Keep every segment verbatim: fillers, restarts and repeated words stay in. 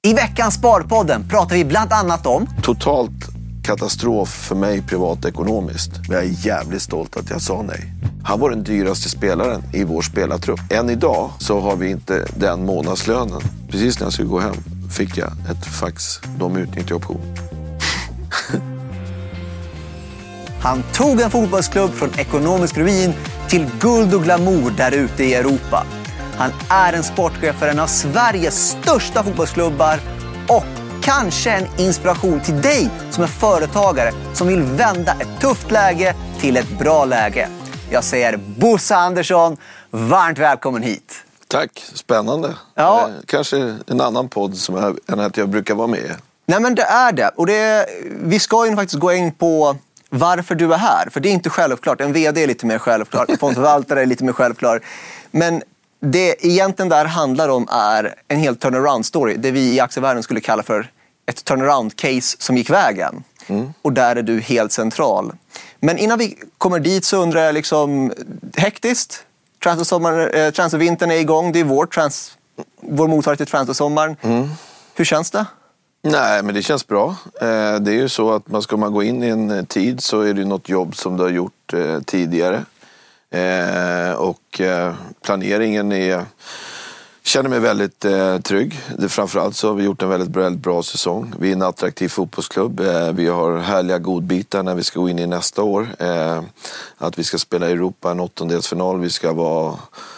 I veckans Sparpodden pratar vi bland annat om totalt katastrof för mig privatekonomiskt. Men jag är jävligt stolt att jag sa nej. Han var den dyraste spelaren i vår spelartrupp. Än idag så har vi inte den månadslönen. Precis när jag skulle gå hem fick jag ett fax. De utnyttjade option. Han tog en fotbollsklubb från ekonomisk ruin till guld och glamour där ute i Europa. Han är en sportchef för en av Sveriges största fotbollsklubbar och kanske en inspiration till dig som är företagare som vill vända ett tufft läge till ett bra läge. Jag säger Bosse Andersson, varmt välkommen hit. Tack, spännande. Ja. Eh, kanske en annan podd som jag, än att jag brukar vara med. Nej men det är det. Och det, vi ska ju faktiskt gå in på varför du är här. För det är inte självklart. En vd är lite mer självklart. En fondförvaltare är lite mer självklar. Men det egentligen där handlar om är en hel turnaround story. Det vi i aktievärlden skulle kalla för ett turnaround case som gick vägen. Mm. Och där är du helt central. Men innan vi kommer dit så undrar jag liksom hektiskt. Transfersommaren, eh, transfervintern är igång. Det är vår, trans, vår motsvarighet till transfersommaren. Mm. Hur känns det? Nej, men det känns bra. Det är ju så att man ska man gå in i en tid så är det något jobb som du har gjort tidigare. Och planeringen är... känner mig väldigt trygg. Det, framförallt så har vi gjort en väldigt bra, väldigt bra säsong. Vi är en attraktiv fotbollsklubb. Vi har härliga godbitar när vi ska gå in i nästa år. Att vi ska spela i Europa en åttondelsfinal. Vi ska vara...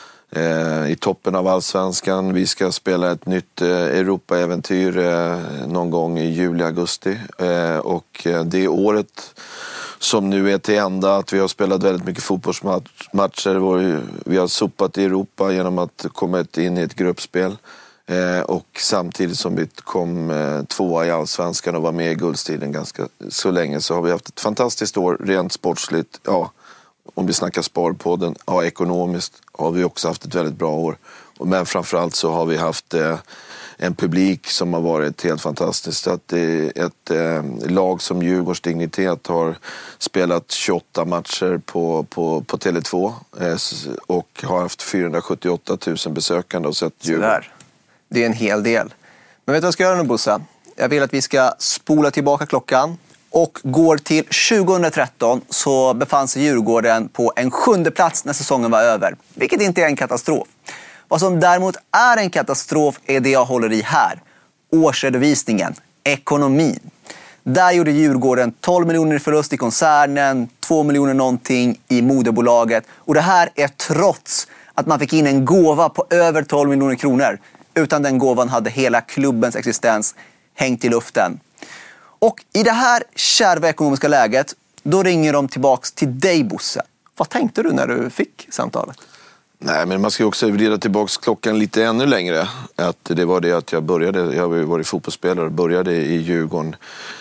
i toppen av allsvenskan. Vi ska spela ett nytt Europa-äventyr någon gång i juli, augusti. Och det året som nu är till ända att vi har spelat väldigt mycket fotbollsmatcher. Vi har sopat i Europa genom att komma in i ett gruppspel. Och samtidigt som vi kom tvåa i allsvenskan och var med i guldstriden ganska så länge så har vi haft ett fantastiskt år rent sportsligt. Ja, om vi snackar Sparpodden, ja, ekonomiskt har vi också haft ett väldigt bra år. Men framförallt så har vi haft eh, en publik som har varit helt fantastiskt. Att eh, ett eh, lag som Djurgårdens Dignitet har spelat tjugoåtta matcher på, på, på Tele två eh, och har haft fyrahundrasjuttioåtta tusen besökande och sett Djurgården. Sådär. Det är en hel del. Men vet du vad jag ska göra nu, Bosse? Jag vill att vi ska spola tillbaka klockan. Och går till tjugohundratretton så befann sig Djurgården på en sjunde plats när säsongen var över. Vilket inte är en katastrof. Vad som däremot är en katastrof är det jag håller i här. Årsredovisningen, ekonomin. Där gjorde Djurgården tolv miljoner i förlust i koncernen, två miljoner någonting i moderbolaget. Och det här är trots att man fick in en gåva på över tolv miljoner kronor. Utan den gåvan hade hela klubbens existens hängt i luften. Och i det här kärva ekonomiska läget, då ringer de tillbaks till dig, Bosse. Vad tänkte du när du fick samtalet? Nej, men man ska ju också vrida tillbaks klockan lite ännu längre. Att det var det att jag började, jag har ju varit fotbollsspelare och började i Djurgården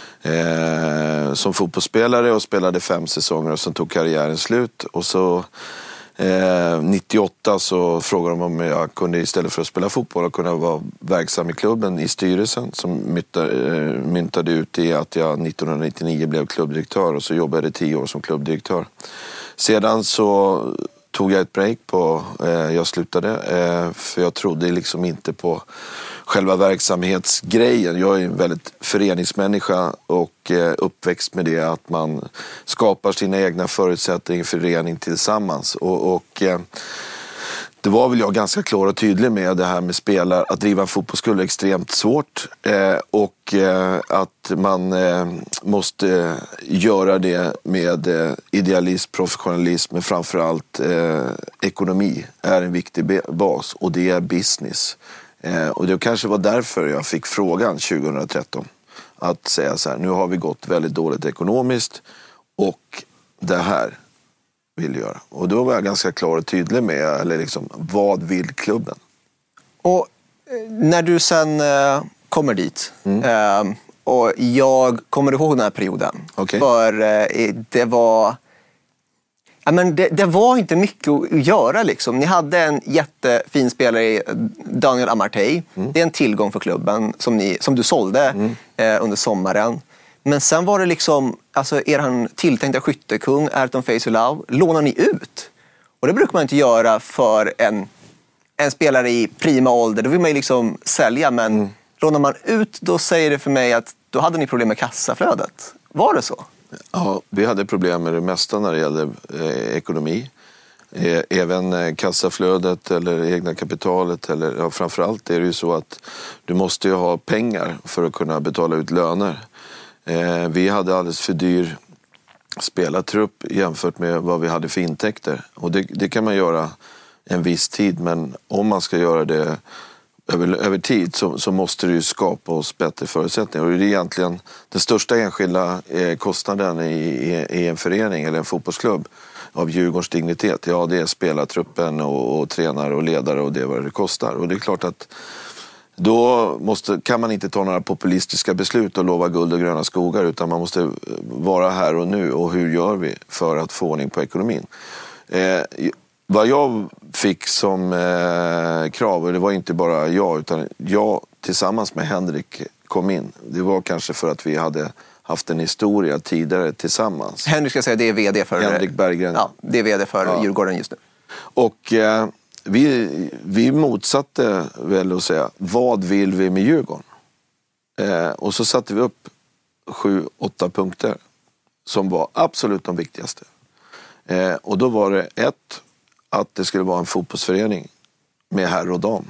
eh, som fotbollsspelare och spelade fem säsonger och sen tog karriären slut. Och så eh, nittioåtta så frågade de om jag kunde istället för att spela fotboll och kunna vara verksam i klubben i styrelsen som myntade, eh, myntade ut i att jag nittonhundranittionio blev klubbdirektör och så jobbade jag tio år som klubbdirektör. Sedan så tog jag ett break på, eh, jag slutade eh, för jag trodde liksom inte på själva verksamhetsgrejen. Jag är en väldigt föreningsmänniska och eh, uppväxt med det att man skapar sina egna förutsättningar i förening tillsammans. Och, och eh, det var väl jag ganska klar och tydlig med det här med spelare. Att driva en fotbollsklubb är extremt svårt eh, och eh, att man eh, måste göra det med eh, idealism, professionalism men framförallt eh, ekonomi är en viktig bas och det är business. Eh, och det kanske var därför jag fick frågan tjugohundratretton att säga så här, nu har vi gått väldigt dåligt ekonomiskt och det här vill göra. Och då var jag ganska klar och tydlig med eller liksom, vad vill klubben? Och när du sen eh, kommer dit mm. eh, och jag kommer ihåg den här perioden. Okay. För eh, det var ja, men det, det var inte mycket att göra liksom. Ni hade en jättefin spelare i Daniel Amartey. Mm. Det är en tillgång för klubben som, ni, som du sålde mm. eh, under sommaren. Men sen var det liksom, alltså er han tilltänkta skyttekung, Ayrton Feisulao, lånar ni ut. Och det brukar man inte göra för en, en spelare i prima ålder. Då vill man ju liksom sälja, men mm. Lånar man ut, då säger det för mig att då hade ni problem med kassaflödet. Var det så? Ja, vi hade problem med det mesta när det gällde eh, ekonomi. Eh, även eh, kassaflödet eller egna kapitalet. Eller, ja, framförallt är det ju så att du måste ju ha pengar för att kunna betala ut löner. Eh, vi hade alldeles för dyr spelartrupp jämfört med vad vi hade för intäkter. Och det, det kan man göra en viss tid, men om man ska göra det över, över tid så, så måste det ju skapa oss bättre förutsättningar. Och det är egentligen den största enskilda eh, kostnaden i, i, i en förening eller en fotbollsklubb av Djurgårdens dignitet. Ja, det är spelartruppen och, och tränare och ledare och det är vad det kostar. Och det är klart att då måste, kan man inte ta några populistiska beslut och lova guld och gröna skogar, utan man måste vara här och nu. Och hur gör vi för att få ordning på ekonomin? Eh, vad jag fick som eh, krav, och det var inte bara jag, utan jag tillsammans med Henrik kom in. Det var kanske för att vi hade haft en historia tidigare tillsammans. Henrik ska säga, det är vd för, Henrik Berggren. Ja, det är vd för ja. Djurgården just nu. Och eh, vi, vi motsatte väl att säga, vad vill vi med Djurgården? Eh, och så satte vi upp sju, åtta punkter som var absolut de viktigaste. Eh, och då var det ett, att det skulle vara en fotbollsförening med herr och dam.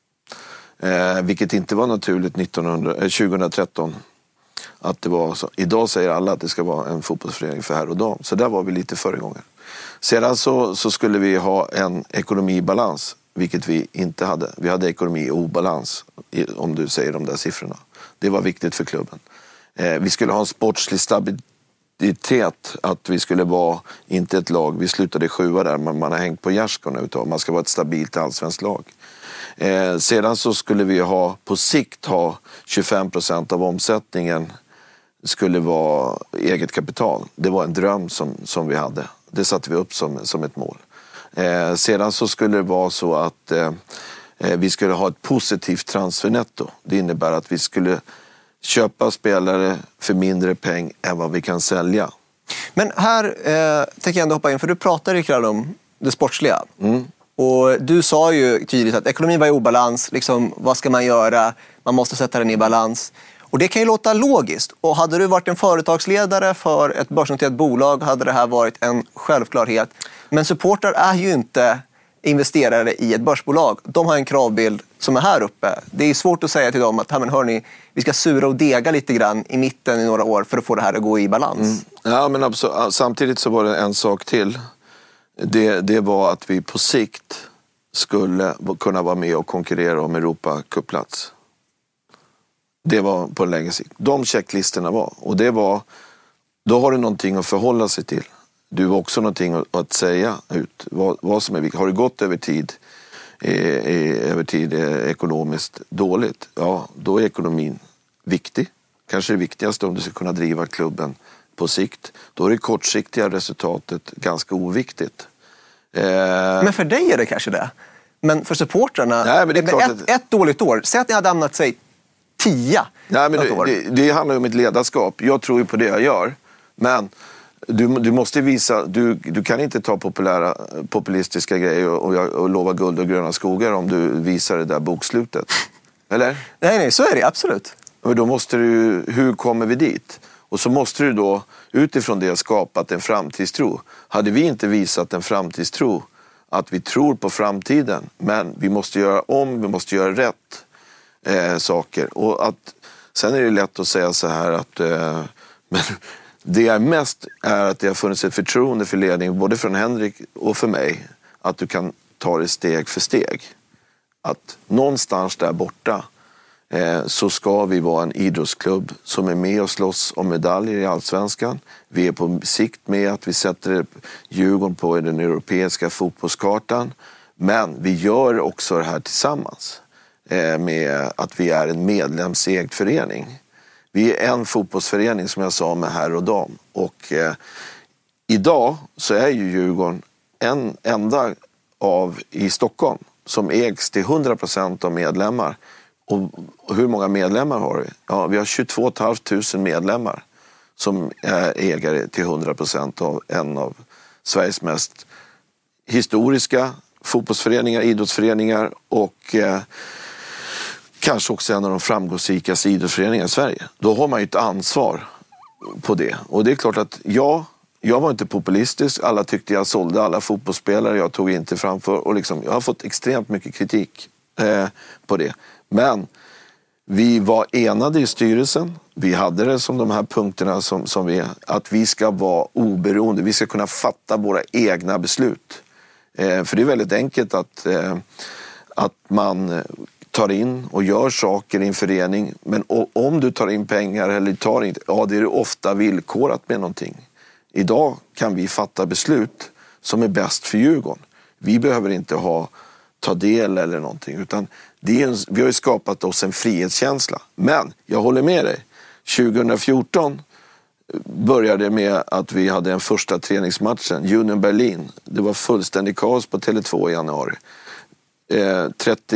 Eh, vilket inte var naturligt nittonhundra, eh, tjugohundratretton. Att det var så. Idag säger alla att det ska vara en fotbollsförening för herr och dam. Så där var vi lite föregångare. Sedan så, så skulle vi ha en ekonomibalans, vilket vi inte hade. Vi hade ekonomi obalans, om du säger de där siffrorna. Det var viktigt för klubben. Eh, vi skulle ha en sportslig stabilitet, att vi skulle vara inte ett lag. Vi slutade sjua där, man, man har hängt på gärdsgården utav. Man ska vara ett stabilt allsvenskt lag. Eh, sedan så skulle vi ha på sikt ha tjugofem procent av omsättningen skulle vara eget kapital. Det var en dröm som, som vi hade. Det satte vi upp som, som ett mål. Eh, sedan så skulle det vara så att eh, vi skulle ha ett positivt transfernetto. Det innebär att vi skulle köpa spelare för mindre peng än vad vi kan sälja. Men här eh, tänker jag ändå hoppa in, för du pratade ju om det sportsliga. Mm. Och du sa ju tydligt att ekonomin var i obalans. Liksom, vad ska man göra? Man måste sätta den i balans. Och det kan ju låta logiskt. Och hade du varit en företagsledare för ett börsnoterat bolag hade det här varit en självklarhet. Men supportrar är ju inte investerare i ett börsbolag. De har en kravbild som är här uppe. Det är svårt att säga till dem att men hörni, vi ska sura och dega lite grann i mitten i några år för att få det här att gå i balans. Mm. Ja, men absolut. Samtidigt så var det en sak till. Det, det var att vi på sikt skulle kunna vara med och konkurrera om Europa-cupplats. Det var på en längre sikt. De checklistorna var. Och det var, då har du någonting att förhålla sig till. Du har också någonting att säga ut. Vad, vad som är viktigt. Har det gått över tid, eh, över tid eh, ekonomiskt dåligt? Ja, då är ekonomin viktig. Kanske det viktigaste om du ska kunna driva klubben på sikt. Då är det kortsiktiga resultatet ganska oviktigt. Eh... Men för dig är det kanske det. Men för supportrarna, Nej, men det är klart ett, att... ett dåligt år. Säg att ni hade hamnat sig tia. Nej, men det, det, det handlar ju om ett ledarskap. Jag tror ju på det jag gör. Men du, du måste visa, du, du kan inte ta populära, populistiska grejer och, och, och lova guld och gröna skogar om du visar det där bokslutet. Eller? Nej, nej, så är det absolut. Och då måste du, hur kommer vi dit? Och så måste du då utifrån det skapat en framtidstro. Hade vi inte visat en framtidstro, att vi tror på framtiden, men vi måste göra om, vi måste göra rätt eh, saker. Och att, sen är det lätt att säga så här att eh, men det är mest är att det har funnits ett förtroende för ledning, både från Henrik och för mig, att du kan ta det steg för steg. Att någonstans där borta eh, så ska vi vara en idrottsklubb som är med och slåss om medaljer i Allsvenskan. Vi är på sikt med att vi sätter Djurgården på den europeiska fotbollskartan. Men vi gör också det här tillsammans eh, med att vi är en medlemsägd förening. Vi är en fotbollsförening som jag sa med herr och dam. Och eh, idag så är ju Djurgården en enda av i Stockholm som ägs till hundra procent av medlemmar. Och hur många medlemmar har vi? Ja, vi har tjugotvå tusen medlemmar som är ägare till hundra procent av en av Sveriges mest historiska fotbollsföreningar, idrottsföreningar och eh, kanske också en av de framgångsrikaste idrottsföreningarna i Sverige. Då har man ju ett ansvar på det. Och det är klart att jag, jag var inte populistisk. Alla tyckte jag sålde alla fotbollsspelare. Jag tog inte framför. Och liksom, jag har fått extremt mycket kritik eh, på det. Men vi var enade i styrelsen. Vi hade det som de här punkterna som, som vi är. Att vi ska vara oberoende. Vi ska kunna fatta våra egna beslut. Eh, för det är väldigt enkelt att, eh, att man tar in och gör saker i en förening. Men om du tar in pengar eller tar in, ja, det är ofta villkorat med någonting. Idag kan vi fatta beslut som är bäst för Djurgården. Vi behöver inte ha ta del eller någonting, utan det är en, vi har ju skapat oss en frihetskänsla. Men jag håller med dig. tjugo fjorton började med att vi hade en första träningsmatchen, Union Berlin. Det var fullständig kaos på Tele två i januari. Eh,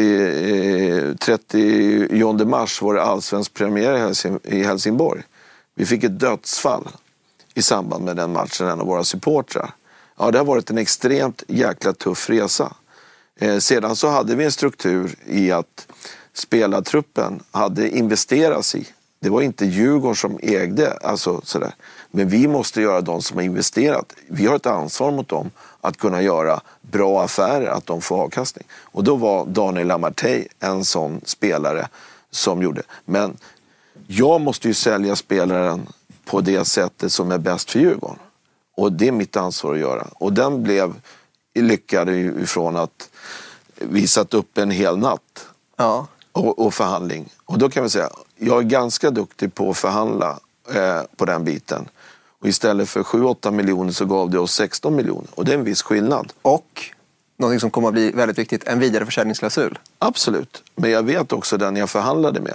trettionde mars var det allsvensk premiär i, Helsing, i Helsingborg. Vi fick ett dödsfall i samband med den matchen, en av våra supportrar. Ja, det har varit en extremt jäkla tuff resa. Eh, sedan så hade vi en struktur i att spelartruppen hade investerats i. Det var inte Djurgården som ägde, alltså sådär. Men vi måste göra de som har investerat. Vi har ett ansvar mot dem att kunna göra bra affärer, att de får avkastning. Och då var Daniel Lamartey en sån spelare som gjorde. Men jag måste ju sälja spelaren på det sättet som är bäst för Djurgården. Och det är mitt ansvar att göra. Och den blev lyckad ifrån att vi satt upp en hel natt. Ja. Och, och förhandling. Och då kan vi säga, jag är ganska duktig på att förhandla eh, på den biten. Och istället för sju åtta miljoner så gav det oss sexton miljoner. Och det är en viss skillnad. Och något som kommer att bli väldigt viktigt, en vidareförsäljningsklausul. Absolut. Men jag vet också den jag förhandlade med.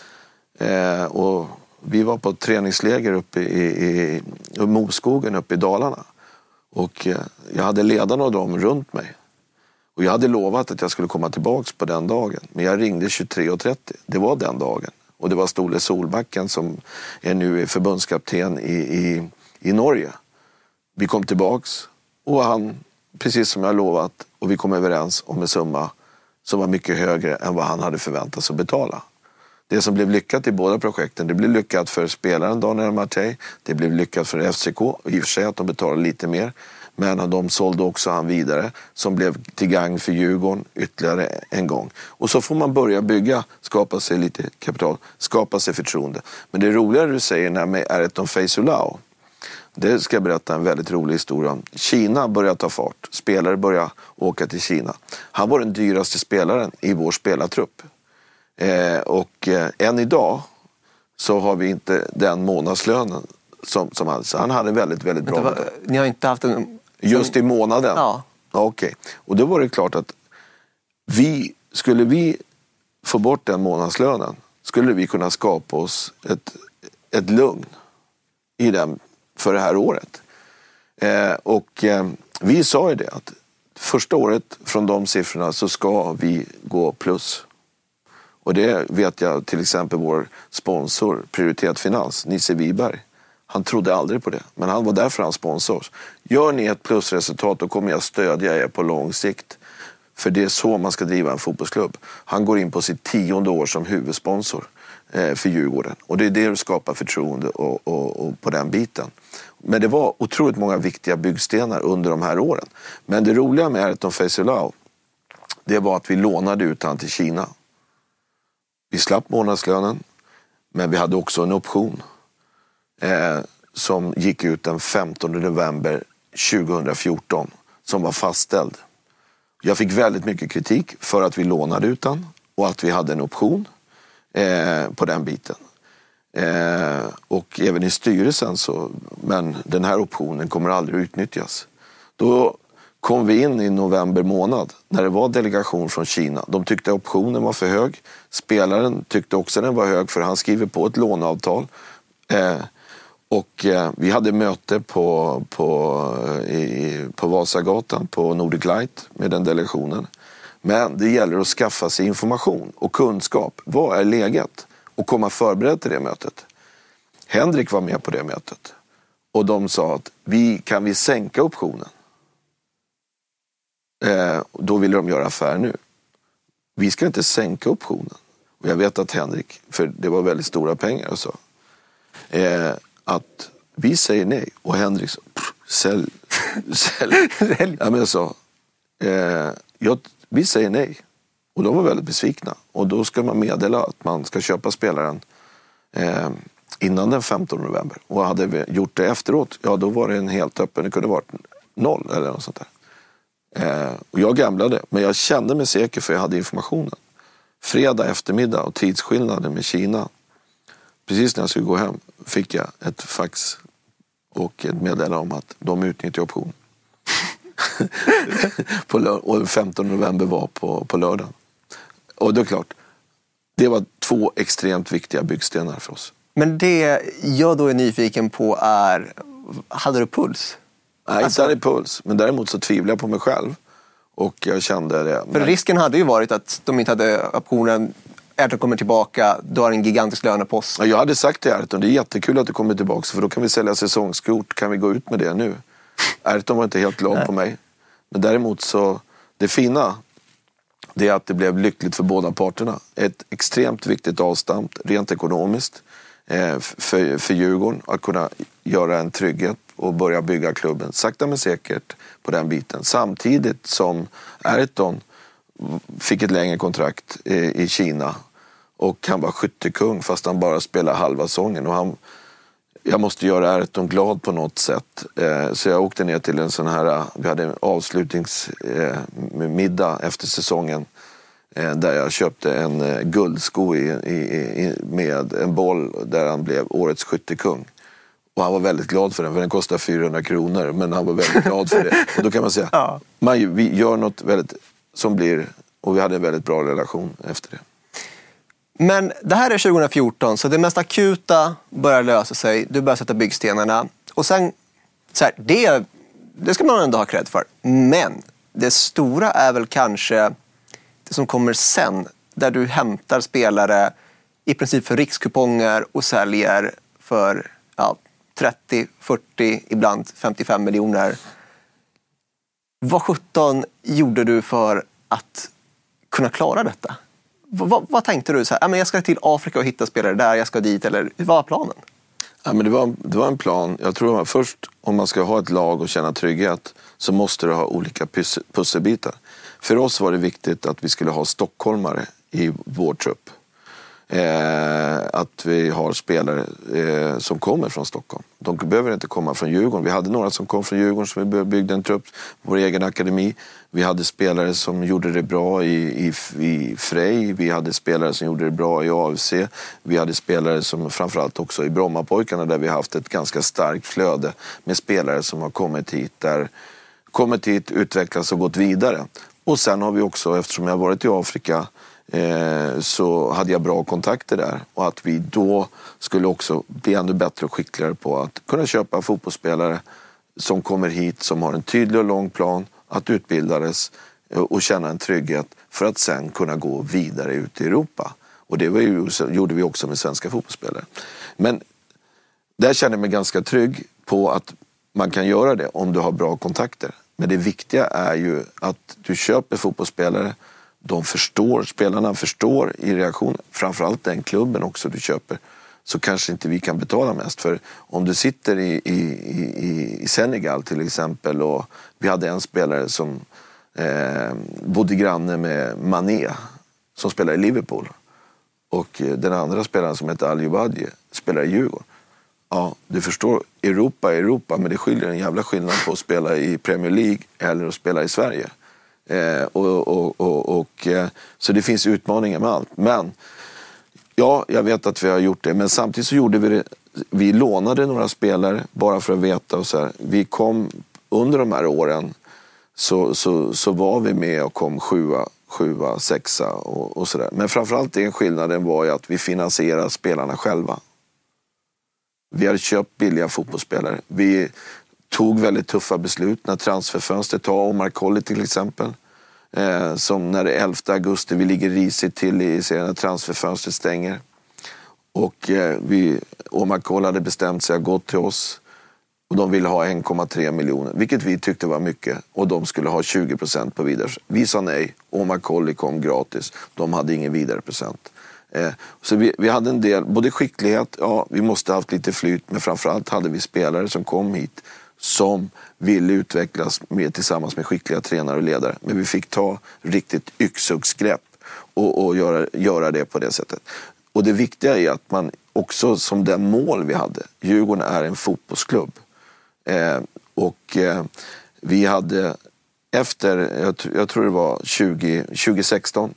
Eh, och vi var på ett träningsläger uppe i, i, i Moskogen uppe i Dalarna. Och eh, jag hade ledarna av dem runt mig. Och jag hade lovat att jag skulle komma tillbaka på den dagen. Men jag ringde tjugotre trettio. Det var den dagen. Och det var Ståle Solbacken som är nu förbundskapten i, i, i Norge. Vi kom tillbaks och han, precis som jag lovat, och vi kom överens om en summa som var mycket högre än vad han hade förväntat sig att betala. Det som blev lyckat i båda projekten, det blev lyckat för spelaren Daniel Lamartey. Det blev lyckat för F C K, i och för sig att de betalade lite mer. Men de sålde också han vidare, som blev till gang för Djurgården ytterligare en gång. Och så får man börja bygga, skapa sig lite kapital, skapa sig förtroende. Men det roliga du säger när med Ayrton Feisulao, det ska jag berätta en väldigt rolig historia om. Kina börjar ta fart, spelare börjar åka till Kina. Han var den dyraste spelaren i vår spelartrupp. Eh, och eh, än idag så har vi inte den månadslönen som, som han, så han hade väldigt, väldigt bra. Var, ni har inte haft en... Just i månaden? Ja. Okej. Okay. Och då var det klart att vi, skulle vi få bort den månadslönen, skulle vi kunna skapa oss ett, ett lugn i den för det här året. Eh, och eh, vi sa ju det att första året från de siffrorna så ska vi gå plus. Och det vet jag till exempel vår sponsor, Prioritet Finans, Nisse Wiberg. Han trodde aldrig på det, men han var därför hans sponsor. Gör ni ett plusresultat, då kommer jag stödja er på lång sikt. För det är så man ska driva en fotbollsklubb. Han går in på sitt tionde år som huvudsponsor eh, för Djurgården. Och det är det som skapar förtroende och, och, och på den biten. Men det var otroligt många viktiga byggstenar under de här åren. Men det roliga med Ayrton Feisulao, det var att vi lånade ut han till Kina. Vi slapp månadslönen, men vi hade också en option. Eh, som gick ut den femtonde november tjugohundrafjorton, som var fastställd. Jag fick väldigt mycket kritik för att vi lånade ut den och att vi hade en option eh, på den biten. Eh, och även i styrelsen så, men den här optionen kommer aldrig utnyttjas. Då kom vi in i november månad när det var delegation från Kina. De tyckte optionen var för hög. Spelaren tyckte också den var hög, för han skriver på ett låneavtal. Eh, Och eh, vi hade möte på, på, i, på Vasagatan på Nordic Light med den delegationen. Men det gäller att skaffa sig information och kunskap. Vad är läget? Och komma förberedd till det mötet. Henrik var med på det mötet. Och de sa att vi kan vi sänka optionen. Eh, då ville de göra affär nu. Vi ska inte sänka optionen. och jag vet att Henrik, för det var väldigt stora pengar och så, eh, att vi säger nej. Och Henrik sa, sälj, sälj. Ja, men jag sa, eh, jag, vi säger nej. Och de var väldigt besvikna. Och då ska man meddela att man ska köpa spelaren eh, innan den femtonde november. Och hade vi gjort det efteråt, ja då var det en helt öppen, det kunde varit noll eller något sånt där. Eh, och jag gamblade, men jag kände mig säker för jag hade informationen. Fredag eftermiddag och tidsskillnaden med Kina, precis när jag skulle gå hem, fick jag ett fax och ett meddelande om att de utnyttjar option. på lör- och den femtonde november var på, på lördagen. Och det är klart, det var två extremt viktiga byggstenar för oss. Men det jag då är nyfiken på är, hade du puls? Nej, Alltså- inte hade puls, men däremot så tvivlade jag på mig själv. Och jag kände det. För Men, risken hade ju varit att de inte hade optionen, Ayrton kommer tillbaka, du har en gigantisk lönepost. ja, jag hade sagt till Ayrton, det är jättekul att du kommer tillbaka, för då kan vi sälja säsongskort, kan vi gå ut med det nu. Ayrton var inte helt glad Nej. på mig. Men däremot så, det fina, det är att det blev lyckligt för båda parterna. Ett extremt viktigt avstamp, rent ekonomiskt, eh, för, för Djurgården att kunna göra en trygghet och börja bygga klubben sakta men säkert på den biten. Samtidigt som Ayrton fick ett längre kontrakt i, i Kina och han var skyttekung fast han bara spelade halva sången. Och han, jag måste göra Ayrton glad på något sätt. Eh, så jag åkte ner till en sån här, vi hade en avslutningsmiddag eh, efter säsongen eh, där jag köpte en eh, guldsko i, i, i, med en boll där han blev årets skyttekung. Och han var väldigt glad för den, för den kostar fyrahundra kronor, men han var väldigt glad för det. Och då kan man säga, Ja. man, vi gör något väldigt som blir, och vi hade en väldigt bra relation efter det. Men det här är tjugo fjorton, så det mest akuta börjar lösa sig. Du börjar sätta byggstenarna. Och sen, så här, det, det ska man ändå ha cred för. Men det stora är väl kanske det som kommer sen. Där du hämtar spelare i princip för rikskuponger och säljer för ja, trettio, fyrtio, ibland femtiofem miljoner. Vad sjutton gjorde du för att kunna klara detta? Vad, vad, vad tänkte du? Så här, ja, men jag ska till Afrika och hitta spelare där, jag ska dit, eller vad var planen? Ja, men det, var, det var en plan. Jag tror att först, om man ska ha ett lag och känna trygghet, så måste du ha olika pus- pusselbitar. För oss var det viktigt att vi skulle ha stockholmare i vår trupp. Eh, att vi har spelare eh, som kommer från Stockholm. De behöver inte komma från Djurgården. Vi hade några som kom från Djurgården som vi byggde en trupp, vår egen akademi. Vi hade spelare som gjorde det bra i, i, i Frej. Vi hade spelare som gjorde det bra i A F C. Vi hade spelare som framförallt också i Brommapojkarna, där vi har haft ett ganska starkt flöde med spelare som har kommit hit, där kommit hit, utvecklats och gått vidare. Och sen har vi också, eftersom jag har varit i Afrika, Eh, så hade jag bra kontakter där, och att vi då skulle också bli ännu bättre och skickligare på att kunna köpa fotbollsspelare som kommer hit, som har en tydlig och lång plan att utbildades och känna en trygghet för att sen kunna gå vidare ut i Europa. Och det var ju, gjorde vi också med svenska fotbollsspelare. Men där känner jag mig ganska trygg på att man kan göra det om du har bra kontakter. Men det viktiga är ju att du köper fotbollsspelare. De förstår, spelarna förstår i reaktion, framförallt den klubben också du köper, så kanske inte vi kan betala mest. För om du sitter i, i, i, i Senegal till exempel, och vi hade en spelare som eh, bodde granne med Mané som spelar i Liverpool, och den andra spelaren som heter Al-Jubadje spelar i Djurgården. Ja, du förstår, Europa är Europa, men det skiljer en jävla skillnad på att spela i Premier League eller att spela i Sverige. Eh, och, och, och, och, eh, så det finns utmaningar med allt. Men ja, jag vet att vi har gjort det. Men samtidigt så gjorde vi det. Vi lånade några spelare bara för att veta. Och så här, vi kom under de här åren, så, så, så var vi med och kom sjua, sjua sexa och, och sådär. Men framförallt den skillnaden var ju att vi finansierade spelarna själva. Vi hade köpt billiga fotbollsspelare. Vi tog väldigt tuffa beslut när transferfönstret, ta Omar Colley till exempel, eh, som när det är elfte augusti, vi ligger risigt till i serien när transferfönstret stänger, och eh, vi, Omar Colley hade bestämt sig att gå till oss och de ville ha en komma tre miljoner, vilket vi tyckte var mycket, och de skulle ha tjugo procent på vidare. Vi sa nej, Omar Colley kom gratis, de hade ingen vidare procent. Eh, så vi, vi hade en del, både skicklighet, ja vi måste ha haft lite flyt, men framförallt hade vi spelare som kom hit som ville utvecklas med, tillsammans med skickliga tränare och ledare. Men vi fick ta riktigt yxhuggsgrepp och, och göra, göra det på det sättet. Och det viktiga är att man också, som den mål vi hade, Djurgården är en fotbollsklubb. Eh, och eh, vi hade efter, jag, jag tror det var tjugo, tjugo sexton,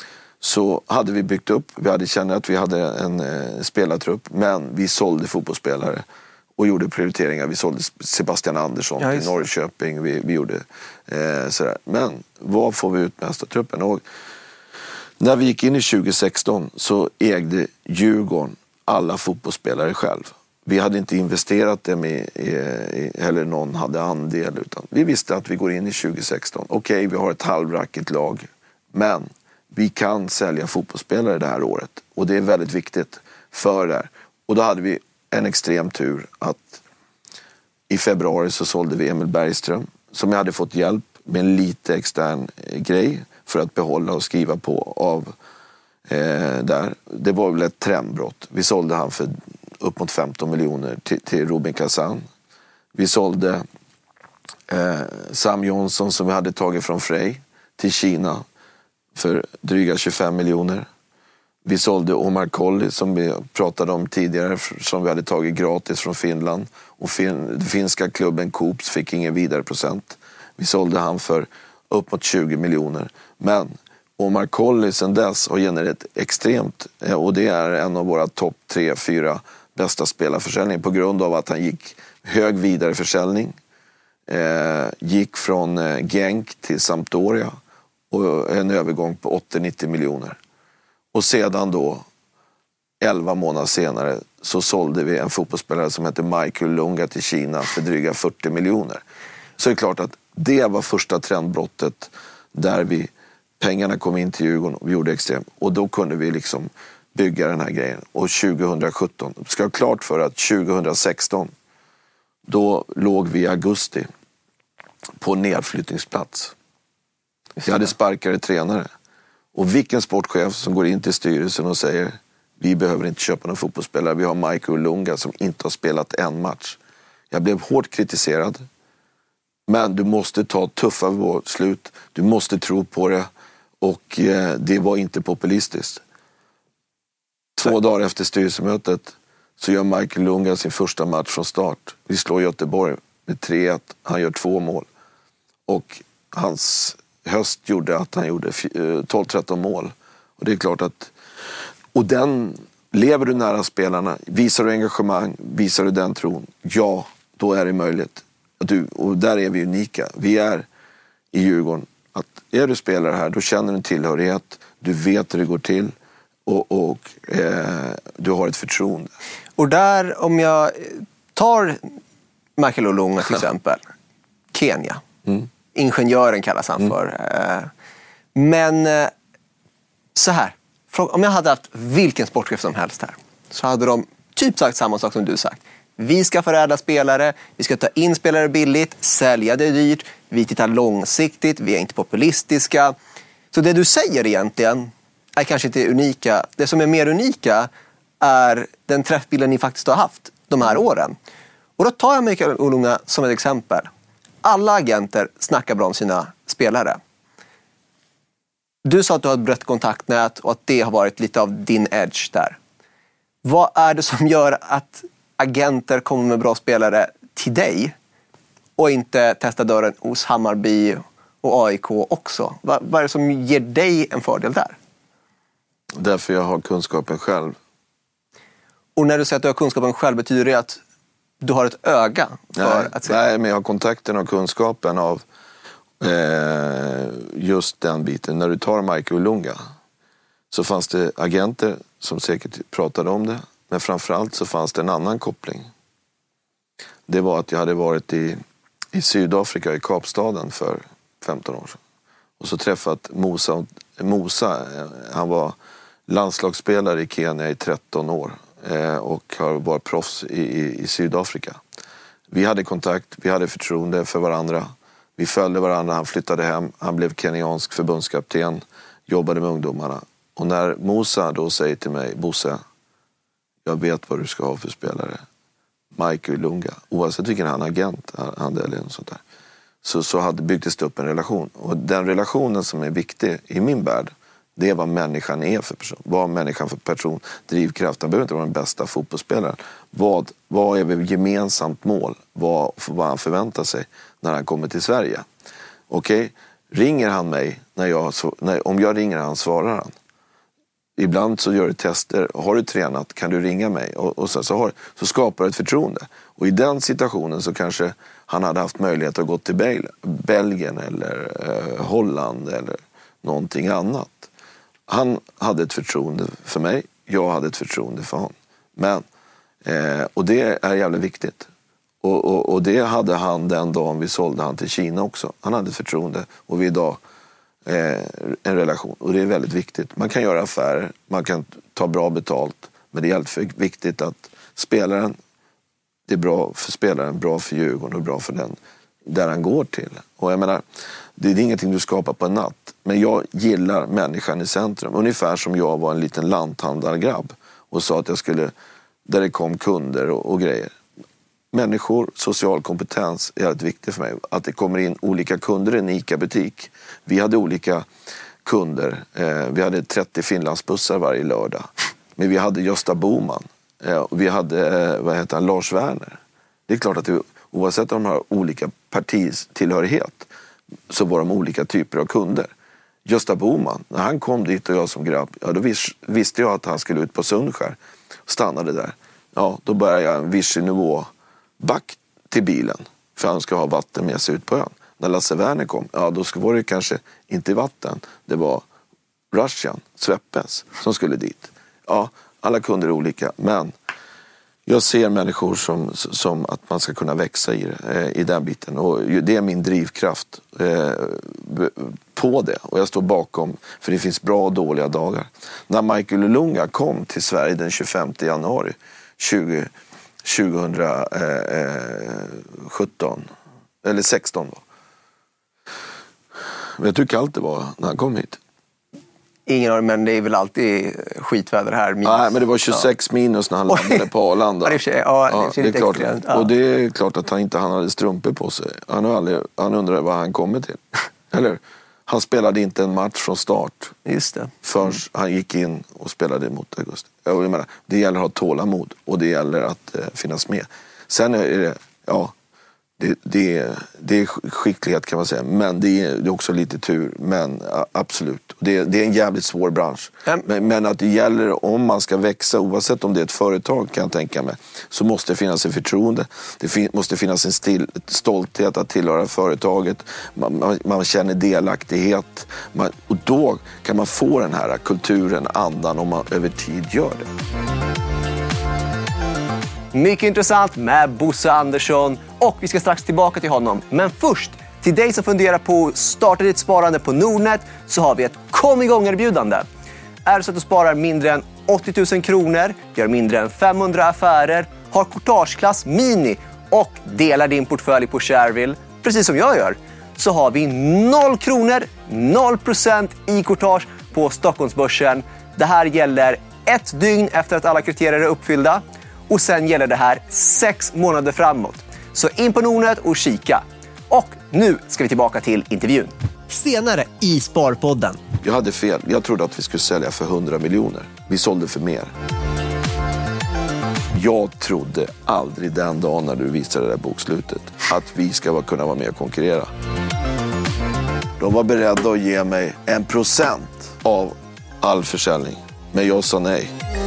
så hade vi byggt upp, vi hade känt att vi hade en eh, spelartrupp, men vi sålde fotbollsspelare och gjorde prioriteringar. Vi sålde Sebastian Andersson ja, till Norrköping, vi, vi gjorde eh, sådär. Men vad får vi ut mest av truppen? Och när vi gick in i tjugo sexton så ägde Djurgården alla fotbollsspelare själv. Vi hade inte investerat dem i, i, eller någon hade andel, utan vi visste att vi går in i tjugo sexton. Okej, okay, vi har ett halvrackigt lag, men vi kan sälja fotbollsspelare det här året. Och det är väldigt viktigt för det här. Och då hade vi en extrem tur att i februari så sålde vi Emil Bergström, som jag hade fått hjälp med en lite extern grej för att behålla och skriva på av eh, där. Det var väl ett trendbrott. Vi sålde han för upp mot femton miljoner till, till Rubin Kazan. Vi sålde eh, Sam Jonsson som vi hade tagit från Frej till Kina för dryga tjugofem miljoner. Vi sålde Omar Kolli som vi pratade om tidigare, som vi hade tagit gratis från Finland. Och fin- den finska klubben Coops fick ingen vidare procent. Vi sålde han för upp mot tjugo miljoner. Men Omar Kolli sedan dess har genererat extremt, och det är en av våra topp tre, fyra bästa spelarförsäljning på grund av att han gick hög vidareförsäljning. Eh, gick från eh, Genk till Sampdoria och en övergång på åttio till nittio miljoner. Och sedan då, elva månader senare, så sålde vi en fotbollsspelare som heter Michael Lunga till Kina för dryga fyrtio miljoner. Så det är klart att det var första trendbrottet där vi, pengarna kom in till Djurgården och vi gjorde extremt. Och då kunde vi liksom bygga den här grejen. Och tjugo sjutton, ska jag klart för att tjugo sexton, då låg vi i augusti på nedflyttningsplats. Vi hade sparkade tränare. Och vilken sportchef som går in till styrelsen och säger vi behöver inte köpa någon fotbollsspelare, vi har Michael Lunga som inte har spelat en match. Jag blev hårt kritiserad, men du måste ta tuffa beslut, du måste tro på det, och eh, det var inte populistiskt. Två dagar efter styrelsemötet så gör Michael Lunga sin första match från start. Vi slår Göteborg med tre ett, han gör två mål, och hans höst gjorde att han gjorde tolv tretton mål. Och det är klart att, och den, lever du nära spelarna, visar du engagemang, visar du den tron, ja, då är det möjligt. Du, och där är vi unika. Vi är i Djurgården, att är du spelare här, då känner du en tillhörighet, du vet hur det går till, och, och eh, du har ett förtroende. Och där, om jag tar Michael Olunga till exempel, Kenya. Mm. Ingenjören kallas han för. Mm. Men så här, om jag hade haft vilken sportchef som helst här, så hade de typ sagt samma sak som du sagt. Vi ska förädla spelare, vi ska ta in spelare billigt, sälja det dyrt, vi tittar långsiktigt, vi är inte populistiska. Så det du säger egentligen är kanske inte unika. Det som är mer unika är den träffbilden ni faktiskt har haft de här åren. Och då tar jag Michael Olunga som ett exempel. Alla agenter snackar bra om sina spelare. Du sa att du har ett brett kontaktnät och att det har varit lite av din edge där. Vad är det som gör att agenter kommer med bra spelare till dig och inte testar dörren hos Hammarby och A I K också? Vad, vad är det som ger dig en fördel där? Därför jag har kunskapen själv. Och när du säger att du har kunskapen själv, betyder det att du har ett öga för nej, att se? Nej, men jag har kontakten och kunskapen av eh, just den biten. När du tar Michael Lunga så fanns det agenter som säkert pratade om det. Men framförallt så fanns det en annan koppling. Det var att jag hade varit i, i Sydafrika, i Kapstaden för femton år sedan. Och så träffat Musa, Musa han var landslagsspelare i Kenya i tretton år. Och har varit proffs i, i, i Sydafrika. Vi hade kontakt, vi hade förtroende för varandra. Vi följde varandra, han flyttade hem, han blev kenyansk förbundskapten, jobbade med ungdomarna. Och när Musa då säger till mig, Bosse, jag vet vad du ska ha för spelare. Michael Lunga, oavsett vilken han agent han eller något sånt där. Så, så hade byggts upp en relation. Och den relationen som är viktig i min värld, det är vad människan är för person. Vad människan för person, drivkraft. Han behöver inte vara den bästa fotbollsspelaren. Vad, vad är vi gemensamt mål? Vad, vad han förväntar sig när han kommer till Sverige? Okej, okay. Ringer han mig, när jag, när, om jag ringer han svarar han. Ibland så gör du tester. Har du tränat kan du ringa mig. Och, och så, så, har, så skapar du ett förtroende. Och i den situationen så kanske han hade haft möjlighet att gå till Bel- Belgien eller eh, Holland eller någonting annat. Han hade ett förtroende för mig. Jag hade ett förtroende för honom. Men, eh, och det är jävligt viktigt. Och, och, och det hade han den dagen vi sålde han till Kina också. Han hade ett förtroende och vi idag eh, en relation. Och det är väldigt viktigt. Man kan göra affärer, man kan ta bra betalt. Men det är jävligt viktigt att spelaren, det är bra för spelaren, bra för Djurgården och bra för den där han går till. Och jag menar, det är ingenting du skapar på en natt. Men jag gillar människan i centrum. Ungefär som jag var en liten lanthandlargrabb och sa att jag skulle, där det kom kunder och, och grejer. Människor, social kompetens är väldigt viktigt för mig. Att det kommer in olika kunder i en ICA-butik. Vi hade olika kunder. Eh, vi hade trettio Finlandsbussar varje lördag. Men vi hade Gösta Boman. Eh, och vi hade, eh, vad heter han, Lars Werner. Det är klart att det, oavsett om de har olika partitillhörighet så var de olika typer av kunder. Gösta Boman, när han kom dit och jag som grabb, ja, då vis, visste jag att han skulle ut på Sundskär. Stannade där. Ja, då började jag en Vichy-nivå back till bilen för han ska ha vatten med sig ut på ön. När Lasse Werner kom, ja då var det kanske inte vatten, det var Russian, Sveppes som skulle dit. Ja, alla kunder är olika, men jag ser människor som, som att man ska kunna växa i, eh, i den biten. Och det är min drivkraft eh, på det. Och jag står bakom, för det finns bra och dåliga dagar. När Michael Lunga kom till Sverige den tjugofemte januari tjugosjutton, eller sexton då. Vet du hur kallt det var när han kom hit? Ingen aning, men det är väl alltid skitväder här. Minus. Nej, men det var tjugosex ja. minus när han landade på Arlanda. Ja, det är, ja, ja, det är, det är klart. Ja. Och det är klart att han inte han hade strumpor på sig. Han, har aldrig, han undrar vad han kommer till. Eller han spelade inte en match från start. Just det. Förrän mm. han gick in och spelade mot Augusti. Jag menar, det gäller att ha tålamod och det gäller att eh, finnas med. Sen är det, ja, det, det, det är skicklighet kan man säga. Men det är, det är också lite tur. Men ja, absolut. Det, det är en jävligt svår bransch. Mm. Men, men att det gäller om man ska växa, oavsett om det är ett företag kan jag tänka mig, så måste det finnas en förtroende. Det fin- måste finnas en still, stolthet att tillhöra företaget. Man, man, man känner delaktighet. Man, och då kan man få den här kulturen, andan om man över tid gör det. Mycket intressant med Bosse Andersson och vi ska strax tillbaka till honom. Men först, till dig som funderar på att starta ditt sparande på Nordnet så har vi ett kom igång-erbjudande. Är det så att du sparar mindre än åttio tusen kronor, gör mindre än femhundra affärer, har courtageklass mini och delar din portfölj på Shareville, precis som jag gör, så har vi noll kronor, noll procent i courtage på Stockholmsbörsen. Det här gäller ett dygn efter att alla kriterier är uppfyllda. Och sen gäller det här sex månader framåt. Så in på Nordnet och kika. Och nu ska vi tillbaka till intervjun. Senare i Sparpodden. Jag hade fel. Jag trodde att vi skulle sälja för hundra miljoner. Vi sålde för mer. Jag trodde aldrig den dagen när du visade det där bokslutet att vi ska kunna vara med och konkurrera. De var beredda att ge mig en procent av all försäljning. Men jag sa nej.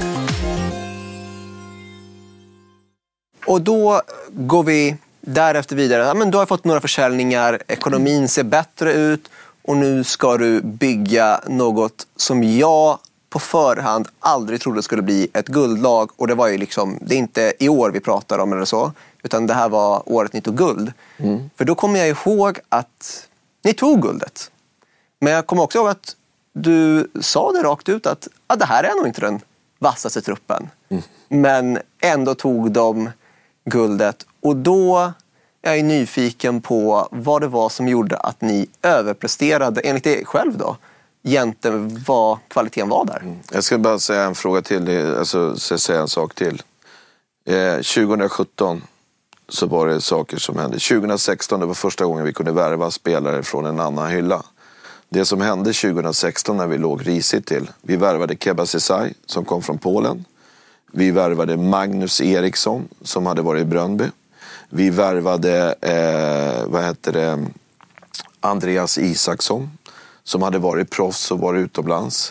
Och då går vi därefter vidare. Ja, men du har fått några försäljningar, ekonomin ser bättre ut och nu ska du bygga något som jag på förhand aldrig trodde skulle bli ett guldlag. Och det var ju liksom, det är inte i år vi pratar om eller så, utan det här var året ni tog guld. Mm. För då kommer jag ihåg att ni tog guldet. Men jag kommer också ihåg att du sa det rakt ut att ah, det här är nog inte den vassaste truppen. Mm. Men ändå tog de guldet. Och då är jag nyfiken på vad det var som gjorde att ni överpresterade, enligt dig själv då, jämte vad kvaliteten var där. Mm. Jag ska bara säga en fråga till, alltså säga en sak till. Eh, tjugohundrasjutton så var det saker som hände. tjugohundrasexton, det var första gången vi kunde värva spelare från en annan hylla. Det som hände tjugohundrasexton när vi låg risigt till, vi värvade Keba Sesai som kom från Polen. Vi värvade Magnus Eriksson som hade varit i Bröndby. Vi värvade eh, vad heter det, Andreas Isaksson som hade varit proffs och varit utomlands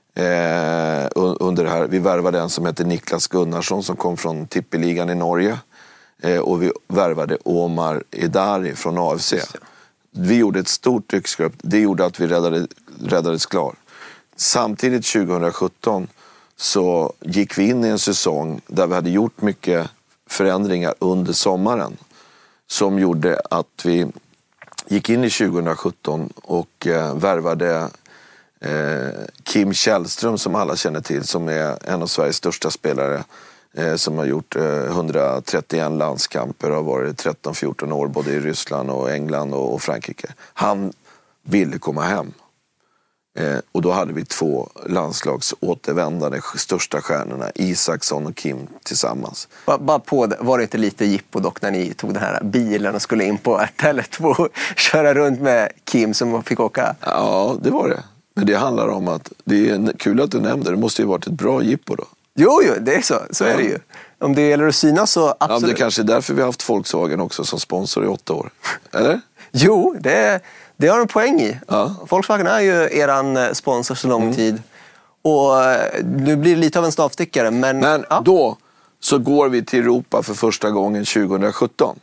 eh, under det här. Vi värvade en som heter Niklas Gunnarsson som kom från Tippeligan i Norge. Eh, och vi värvade Omar Edari från A F C. Vi gjorde ett stort yxgrupp. Det gjorde att vi räddade, räddades klar. Samtidigt tjugohundrasjutton så gick vi in i en säsong där vi hade gjort mycket förändringar under sommaren som gjorde att vi gick in i tjugohundrasjutton och eh, värvade eh, Kim Källström som alla känner till, som är en av Sveriges största spelare eh, som har gjort eh, hundratrettioen landskamper och har varit tretton fjorton år både i Ryssland och England och, och Frankrike. Han ville komma hem. Eh, och då hade vi två landslagsåtervändande största stjärnorna, Isaksson och Kim tillsammans. Bara, bara på det, var det inte lite jippo dock när ni tog den här bilen och skulle in på R T L två och köra runt med Kim som fick åka? Ja, det var det. Men det handlar om att, det är kul att du nämnde, det måste ju varit ett bra jippo då. Jo, jo, det är så, så ja. Är det ju. Om det gäller att synas så absolut. Ja, det är kanske är därför vi har haft Volkswagen också som sponsor i åtta år. Eller? Jo, det är... Det har en poäng i. Ja. Volkswagen är ju eran sponsor så lång mm. tid. Och nu blir det lite av en stavstickare. Men, men ja. Då så går vi till Europa för första gången tjugohundrasjutton.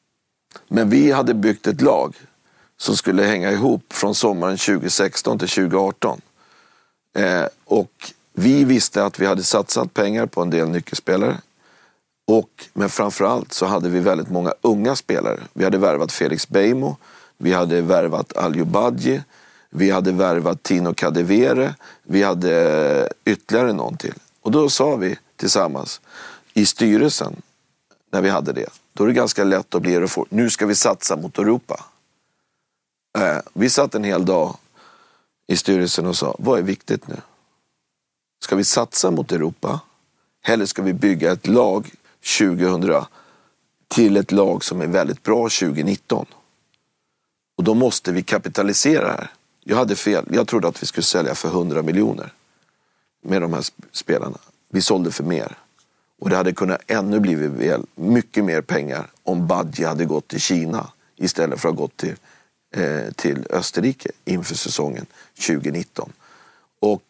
Men vi hade byggt ett lag som skulle hänga ihop från sommaren tjugosexton till tjugoarton. Eh, och vi visste att vi hade satsat pengar på en del nyckelspelare. Och, men framförallt så hade vi väldigt många unga spelare. Vi hade värvat Felix Beijmo. Vi hade värvat Aliou Badji, vi hade värvat Tino Kadewere, vi hade ytterligare någon till. Och då sa vi tillsammans i styrelsen, när vi hade det, då är det ganska lätt att bli reform. Nu ska vi satsa mot Europa. Eh, vi satt en hel dag i styrelsen och sa, vad är viktigt nu? Ska vi satsa mot Europa? Eller ska vi bygga ett lag tjugohundra till ett lag som är väldigt bra tjugonitton? Och då måste vi kapitalisera här. Jag hade fel. Jag trodde att vi skulle sälja för hundra miljoner med de här spelarna. Vi sålde för mer. Och det hade kunnat ännu blivit väl mycket mer pengar om Badji hade gått till Kina istället för att ha gått till, eh, till Österrike inför säsongen tjugonitton. Och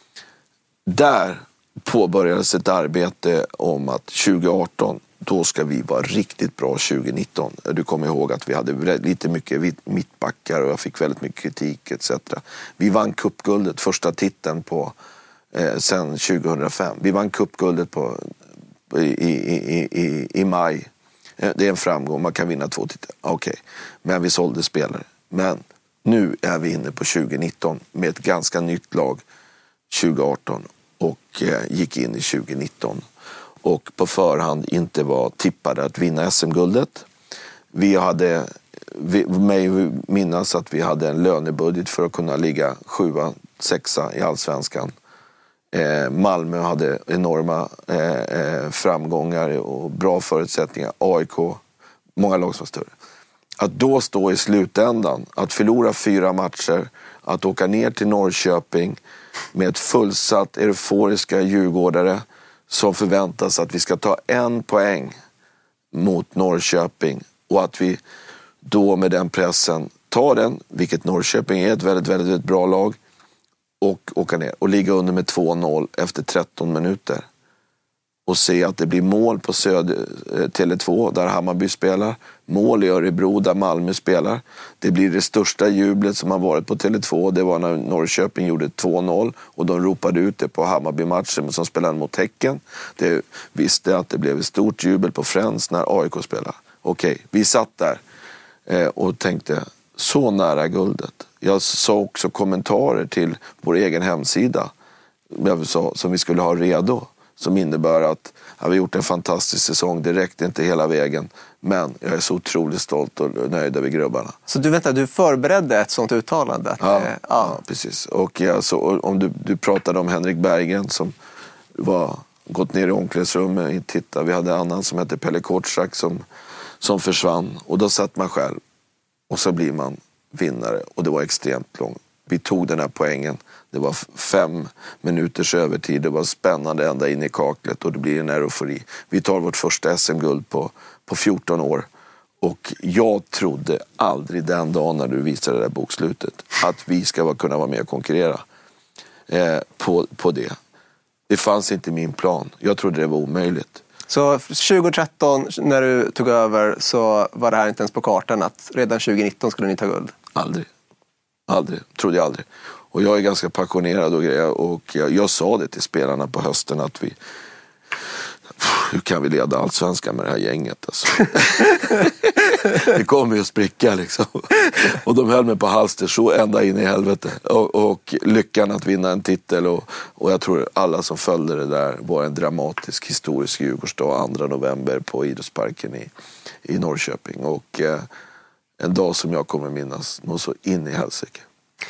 där påbörjades ett arbete om att tjugoarton då ska vi vara riktigt bra tjugonitton. Du kommer ihåg att vi hade lite mycket mittbackar och jag fick väldigt mycket kritik et cetera. Vi vann cupguldet, första titeln på eh, sen tjugohundrafem. Vi vann cupguldet på i, i, i, i, i maj. Det är en framgång, man kan vinna två titlar. Okej, okay. Men vi sålde spelare. Men nu är vi inne på tjugonitton med ett ganska nytt lag tjugoarton och eh, gick in i tjugonitton. Och på förhand inte var tippade att vinna S M-guldet. Vi hade, vi, mig minnas att vi hade en lönebudget för att kunna ligga sjua, sexa i allsvenskan. Eh, Malmö hade enorma eh, framgångar och bra förutsättningar. A I K, många lag som var större. Att då stå i slutändan, att förlora fyra matcher, att åka ner till Norrköping med ett fullsatt euforiska djurgårdare som förväntas att vi ska ta en poäng mot Norrköping och att vi då med den pressen tar den, vilket Norrköping är ett väldigt, väldigt, väldigt bra lag, och åka ner och ligga under med två noll efter tretton minuter och se att det blir mål på Söder, Tele två där Hammarby spelar, mål i Örebro där Malmö spelar. Det blir det största jublet som har varit på Tele två. Det var när Norrköping gjorde två noll och de ropade ut det på Hammarby-matchen som spelade mot Häcken. Det visste att det blev ett stort jubel på Friends när A I K spelade. Okej, vi satt där och tänkte så nära guldet. Jag sa också kommentarer till vår egen hemsida som vi skulle ha redo. som innebär att jag har gjort en fantastisk säsong. Det räckte inte hela vägen. Men jag är så otroligt stolt och nöjd över grubbarna. Så du, vänta, du förberedde ett sånt uttalande? Att, ja, eh, ja. ja, precis. Och alltså, om du, du pratade om Henrik Berggren som var, gått ner i omklädningsrummet. Titta, vi hade en annan som hette Pelle Kortsak som, som försvann. Och då satt man själv. Och så blir man vinnare. Och det var extremt långt. Vi tog den här poängen. Det var fem minuters övertid. Det var spännande ända in i kaklet. Och det blir en eufori. Vi tar vårt första S M-guld på, på fjorton år. Och jag trodde aldrig den dagen när du visade det där bokslutet att vi ska kunna vara med och konkurrera eh, på, på det. Det fanns inte i min plan. Jag trodde det var omöjligt. Så tjugo-tretton när du tog över så var det här inte ens på kartan att redan tjugonitton skulle ni ta guld? Aldrig. Aldrig. Trodde jag aldrig. Och jag är ganska passionerad och grejer. Och jag, jag sa det till spelarna på hösten att vi... Hur kan vi leda allsvenskan med det här gänget? Alltså? Det kommer ju att spricka liksom. Och de höll mig på halster så ända in i helvete. Och, och lyckan att vinna en titel. Och, och jag tror alla som följde det där var en dramatisk historisk Djurgårdsdag andra november på Idrottsparken i, i Norrköping. Och eh, en dag som jag kommer minnas nog så in i helsike.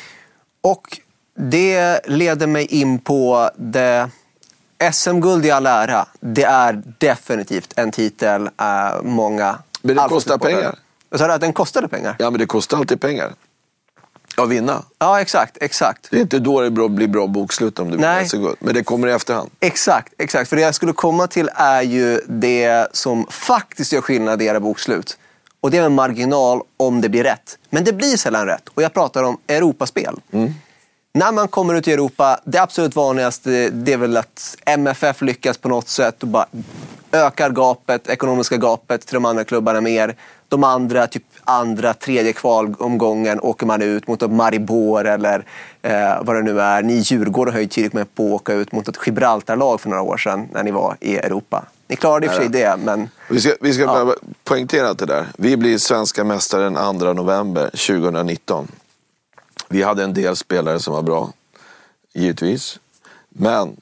Och det leder mig in på det... S M-guld i all ära, det är definitivt en titel äh, många... Men det kostar pengar. Jag sa att den kostade pengar? Ja, men det kostar alltid pengar. Att vinna. Ja, exakt, exakt. Det är inte då det blir bra bokslut om du vill S M-guld. Men det kommer i efterhand. Exakt, exakt. För det jag skulle komma till är ju det som faktiskt gör skillnad i era bokslut. Och det är en marginal om det blir rätt. Men det blir sällan rätt. Och jag pratar om Europaspel. Mm. När man kommer ut i Europa, det absolut vanligaste det är väl att M F F lyckas på något sätt och bara ökar gapet, ekonomiska gapet till de andra klubbarna mer. De andra, typ andra, tredje kvalomgången åker man ut mot ett Maribor eller eh, vad det nu är. Ni Djurgården höjde tidigt med på att åka ut mot ett Gibraltarlag för några år sedan när ni var i Europa. Ni klarade i och för sig det, men... Vi ska, vi ska ja. bara poängtera det där. Vi blir svenska mästare den andra november tjugonitton. Vi hade en del spelare som var bra, givetvis. Men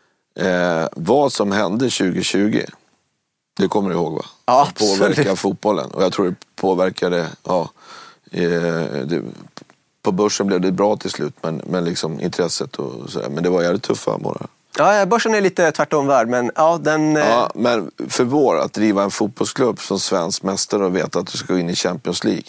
eh, vad som hände tjugo tjugo, det kommer du ihåg va? Ja, det påverkade fotbollen. Och jag tror det påverkade, ja, eh, det, på börsen blev det bra till slut. Men, men liksom intresset och sådär. Men det var jävligt tuffa månader. Ja, börsen är lite tvärtom värd, men ja, den... Eh... Ja, men för vår, att driva en fotbollsklubb som svensk mästare och veta att du ska gå in i Champions League,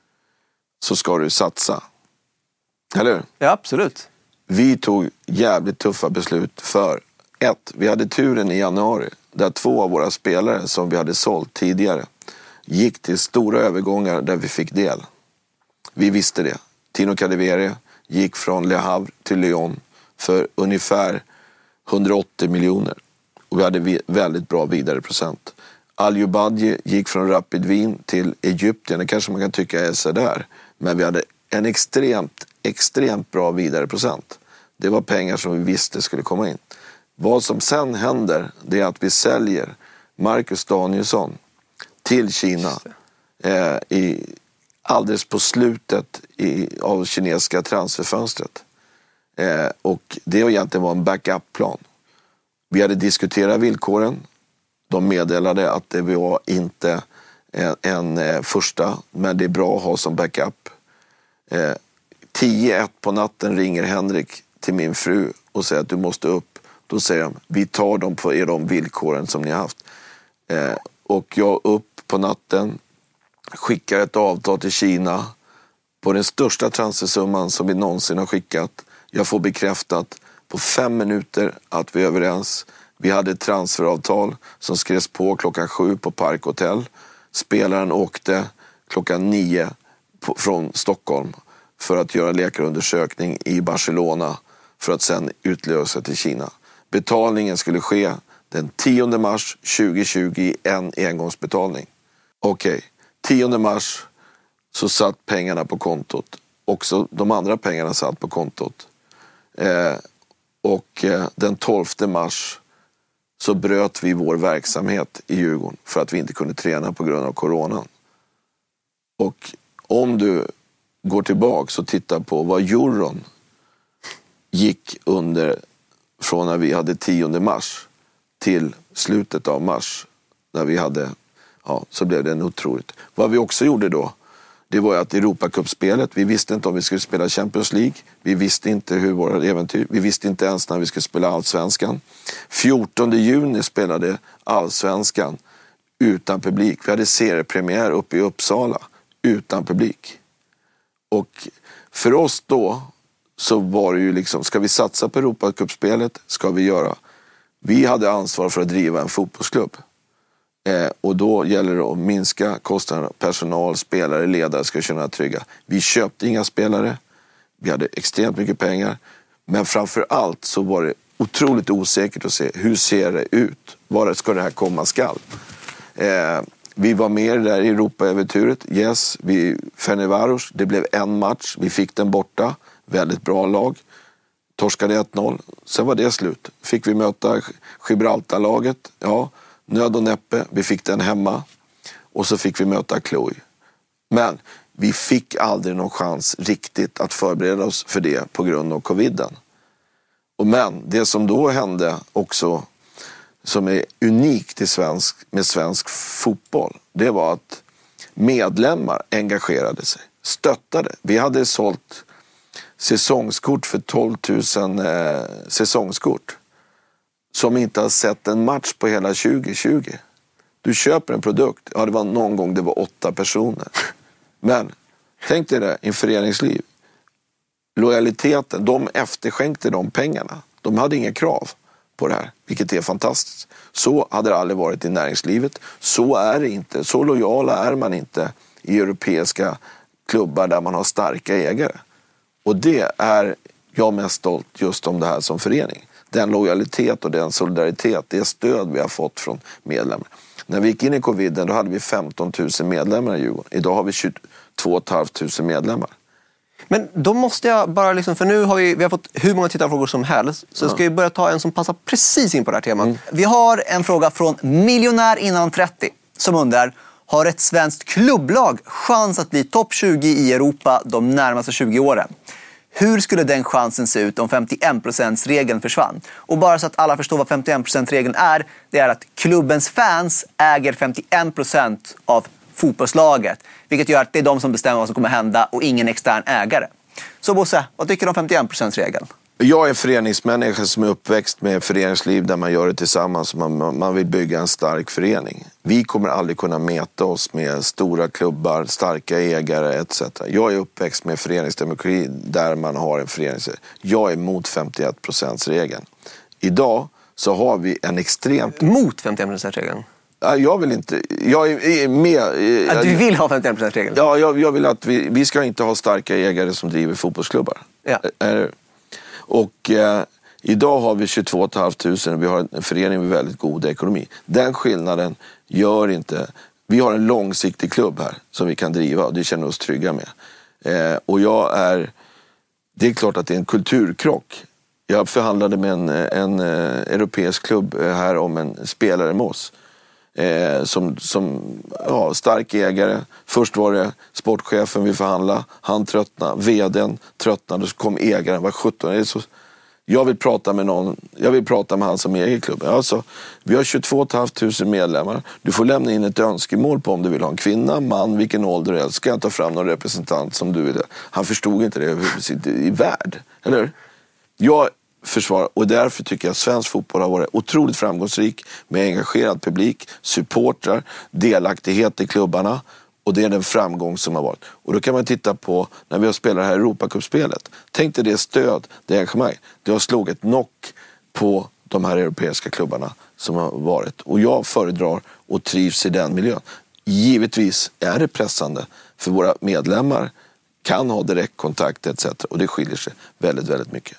så ska du satsa. Eller hur? Ja, absolut. Vi tog jävligt tuffa beslut för ett. Vi hade turen i januari där två av våra spelare som vi hade sålt tidigare gick till stora övergångar där vi fick del. Vi visste det. Tino Kadewere gick från Le Havre till Lyon för ungefär hundraåttio miljoner. Och vi hade väldigt bra vidare procent. Aliou Badji gick från Rapid Wien till Egypten. Det kanske man kan tycka är så där. Men vi hade en extremt, extremt bra vidare procent. Det var pengar som vi visste skulle komma in. Vad som sen händer, det är att vi säljer Marcus Danielsson till Kina eh, i, alldeles på slutet i, av kinesiska transferfönstret. Eh, och det egentligen var en backup-plan. Vi hade diskuterat villkoren. De meddelade att det var inte en, en eh, första, men det är bra att ha som backup. Eh, tio ett på natten ringer Henrik till min fru och säger att du måste upp. Då säger de, vi tar dem på er de villkoren som ni har haft. Eh, och jag upp på natten, skickar ett avtal till Kina på den största transfersumman som vi någonsin har skickat. Jag får bekräftat på fem minuter att vi är överens. Vi hade ett transferavtal som skrevs på klockan sju på Park Hotel. Spelaren åkte klockan nio på, från Stockholm för att göra läkarundersökning i Barcelona för att sen utlösa till Kina. Betalningen skulle ske den tionde mars tjugohundratjugo i en engångsbetalning. Okej, okay. tionde mars så satt pengarna på kontot. Också de andra pengarna satt på kontot. Eh, och eh, den tolfte mars så bröt vi vår verksamhet i Djurgården för att vi inte kunde träna på grund av coronan. Och om du går tillbaka och tittar på vad euron gick under från när vi hade tionde mars till slutet av mars. När vi hade, ja, så blev det en otroligt. Vad vi också gjorde då, det var att Europacupspelet, vi visste inte om vi skulle spela Champions League. Vi visste inte hur våra äventyr, vi visste inte ens när vi skulle spela Allsvenskan. fjortonde juni spelade Allsvenskan utan publik. Vi hade seriepremiär uppe i Uppsala utan publik. Och för oss då så var det ju liksom, ska vi satsa på Europacupspelet? Ska vi göra? Vi hade ansvar för att driva en fotbollsklubb. Eh, och då gäller det att minska kostnaderna. Personal, spelare, ledare ska känna trygga. Vi köpte inga spelare. Vi hade extremt mycket pengar. Men framför allt så var det otroligt osäkert att se hur ser det ut. Var ska det här komma skall? Eh, vi var med i det där Europa-äventyret. Yes, vi Fenerbahçe. Det blev en match. Vi fick den borta. Väldigt bra lag. Torskade ett noll. Sen var det slut. Fick vi möta Gibraltar-laget. Ja, nöd och näppe. Vi fick den hemma. Och så fick vi möta Cluj. Men vi fick aldrig någon chans riktigt att förbereda oss för det på grund av coviden. Och men det som då hände också, som är unikt i svensk, med svensk fotboll, det var att medlemmar engagerade sig, stöttade. Vi hade sålt säsongskort för tolv tusen eh, säsongskort som inte har sett en match på hela tjugo tjugo. Du köper en produkt, ja det var någon gång det var åtta personer. Men tänk dig det, i föreningsliv. Lojaliteten, de efterskänkte de pengarna. De hade inga krav på det här, vilket är fantastiskt. Så hade det aldrig varit i näringslivet. Så är det inte. Så lojala är man inte i europeiska klubbar där man har starka ägare. Och det är jag mest stolt just om det här som förening. Den lojalitet och den solidaritet, det stöd vi har fått från medlemmar. När vi gick in i coviden då hade vi femton tusen medlemmar i Djurgården. Idag har vi tjugotvå tusen medlemmar. Men då måste jag bara liksom, för nu har vi, vi har fått hur många tittarfrågor som helst. Så ja. Ska vi börja ta en som passar precis in på det här temat. Mm. Vi har en fråga från miljonär innan trettio som undrar: har ett svenskt klubblag chans att bli topp tjugo i Europa de närmaste tjugo åren? Hur skulle den chansen se ut om femtioen procent-regeln försvann? Och bara så att alla förstår vad femtioen procent-regeln är, det är att klubbens fans äger femtioen procent av fotbollslaget. Vilket gör att det är de som bestämmer vad som kommer hända och ingen extern ägare. Så Bosse, vad tycker du om femtioen procent-regeln? Jag är en föreningsmänniska som är uppväxt med föreningsliv där man gör det tillsammans. Man, man vill bygga en stark förening. Vi kommer aldrig kunna mäta oss med stora klubbar, starka ägare et cetera. Jag är uppväxt med föreningsdemokrati där man har en förening. Jag är emot femtioen procent-regeln. Idag så har vi en extremt... Mot femtioen procent-regeln? Ja, jag vill inte... Jag är med... Att du vill ha femtioen procent-regeln? Ja, jag, jag vill att vi, vi ska inte ha starka ägare som driver fotbollsklubbar. Ja. Är, Och eh, idag har vi tjugotvå tusen och vi har en förening med väldigt god ekonomi. Den skillnaden gör inte... Vi har en långsiktig klubb här som vi kan driva och det känner vi oss trygga med. Eh, och jag är... Det är klart att det är en kulturkrock. Jag förhandlade med en, en eh, europeisk klubb här om en spelare med oss. Eh, som som ja, stark ägare. Först var det sportchefen vi förhandla. Han tröttnade, vdn tröttnade, så kom ägaren, var sjutton. Det är så, jag vill prata med någon, jag vill prata med han som äger klubben. Alltså, vi har tjugotvå tusen medlemmar. Du får lämna in ett önskemål på om du vill ha en kvinna, man, vilken ålder du är. Ska jag ta fram någon representant som du vill. Han förstod inte det i värld, eller? Jag försvar. Och därför tycker jag att svensk fotboll har varit otroligt framgångsrik med engagerad publik, supportrar, delaktighet i klubbarna, och det är den framgång som har varit. Och då kan man titta på när vi har spelat det här Europacupspelet. Tänk dig det stöd, det engagemang. Det har slagit knock på de här europeiska klubbarna som har varit. Och jag föredrar och trivs i den miljön. Givetvis är det pressande för våra medlemmar kan ha direktkontakt et cetera. Och det skiljer sig väldigt, väldigt mycket.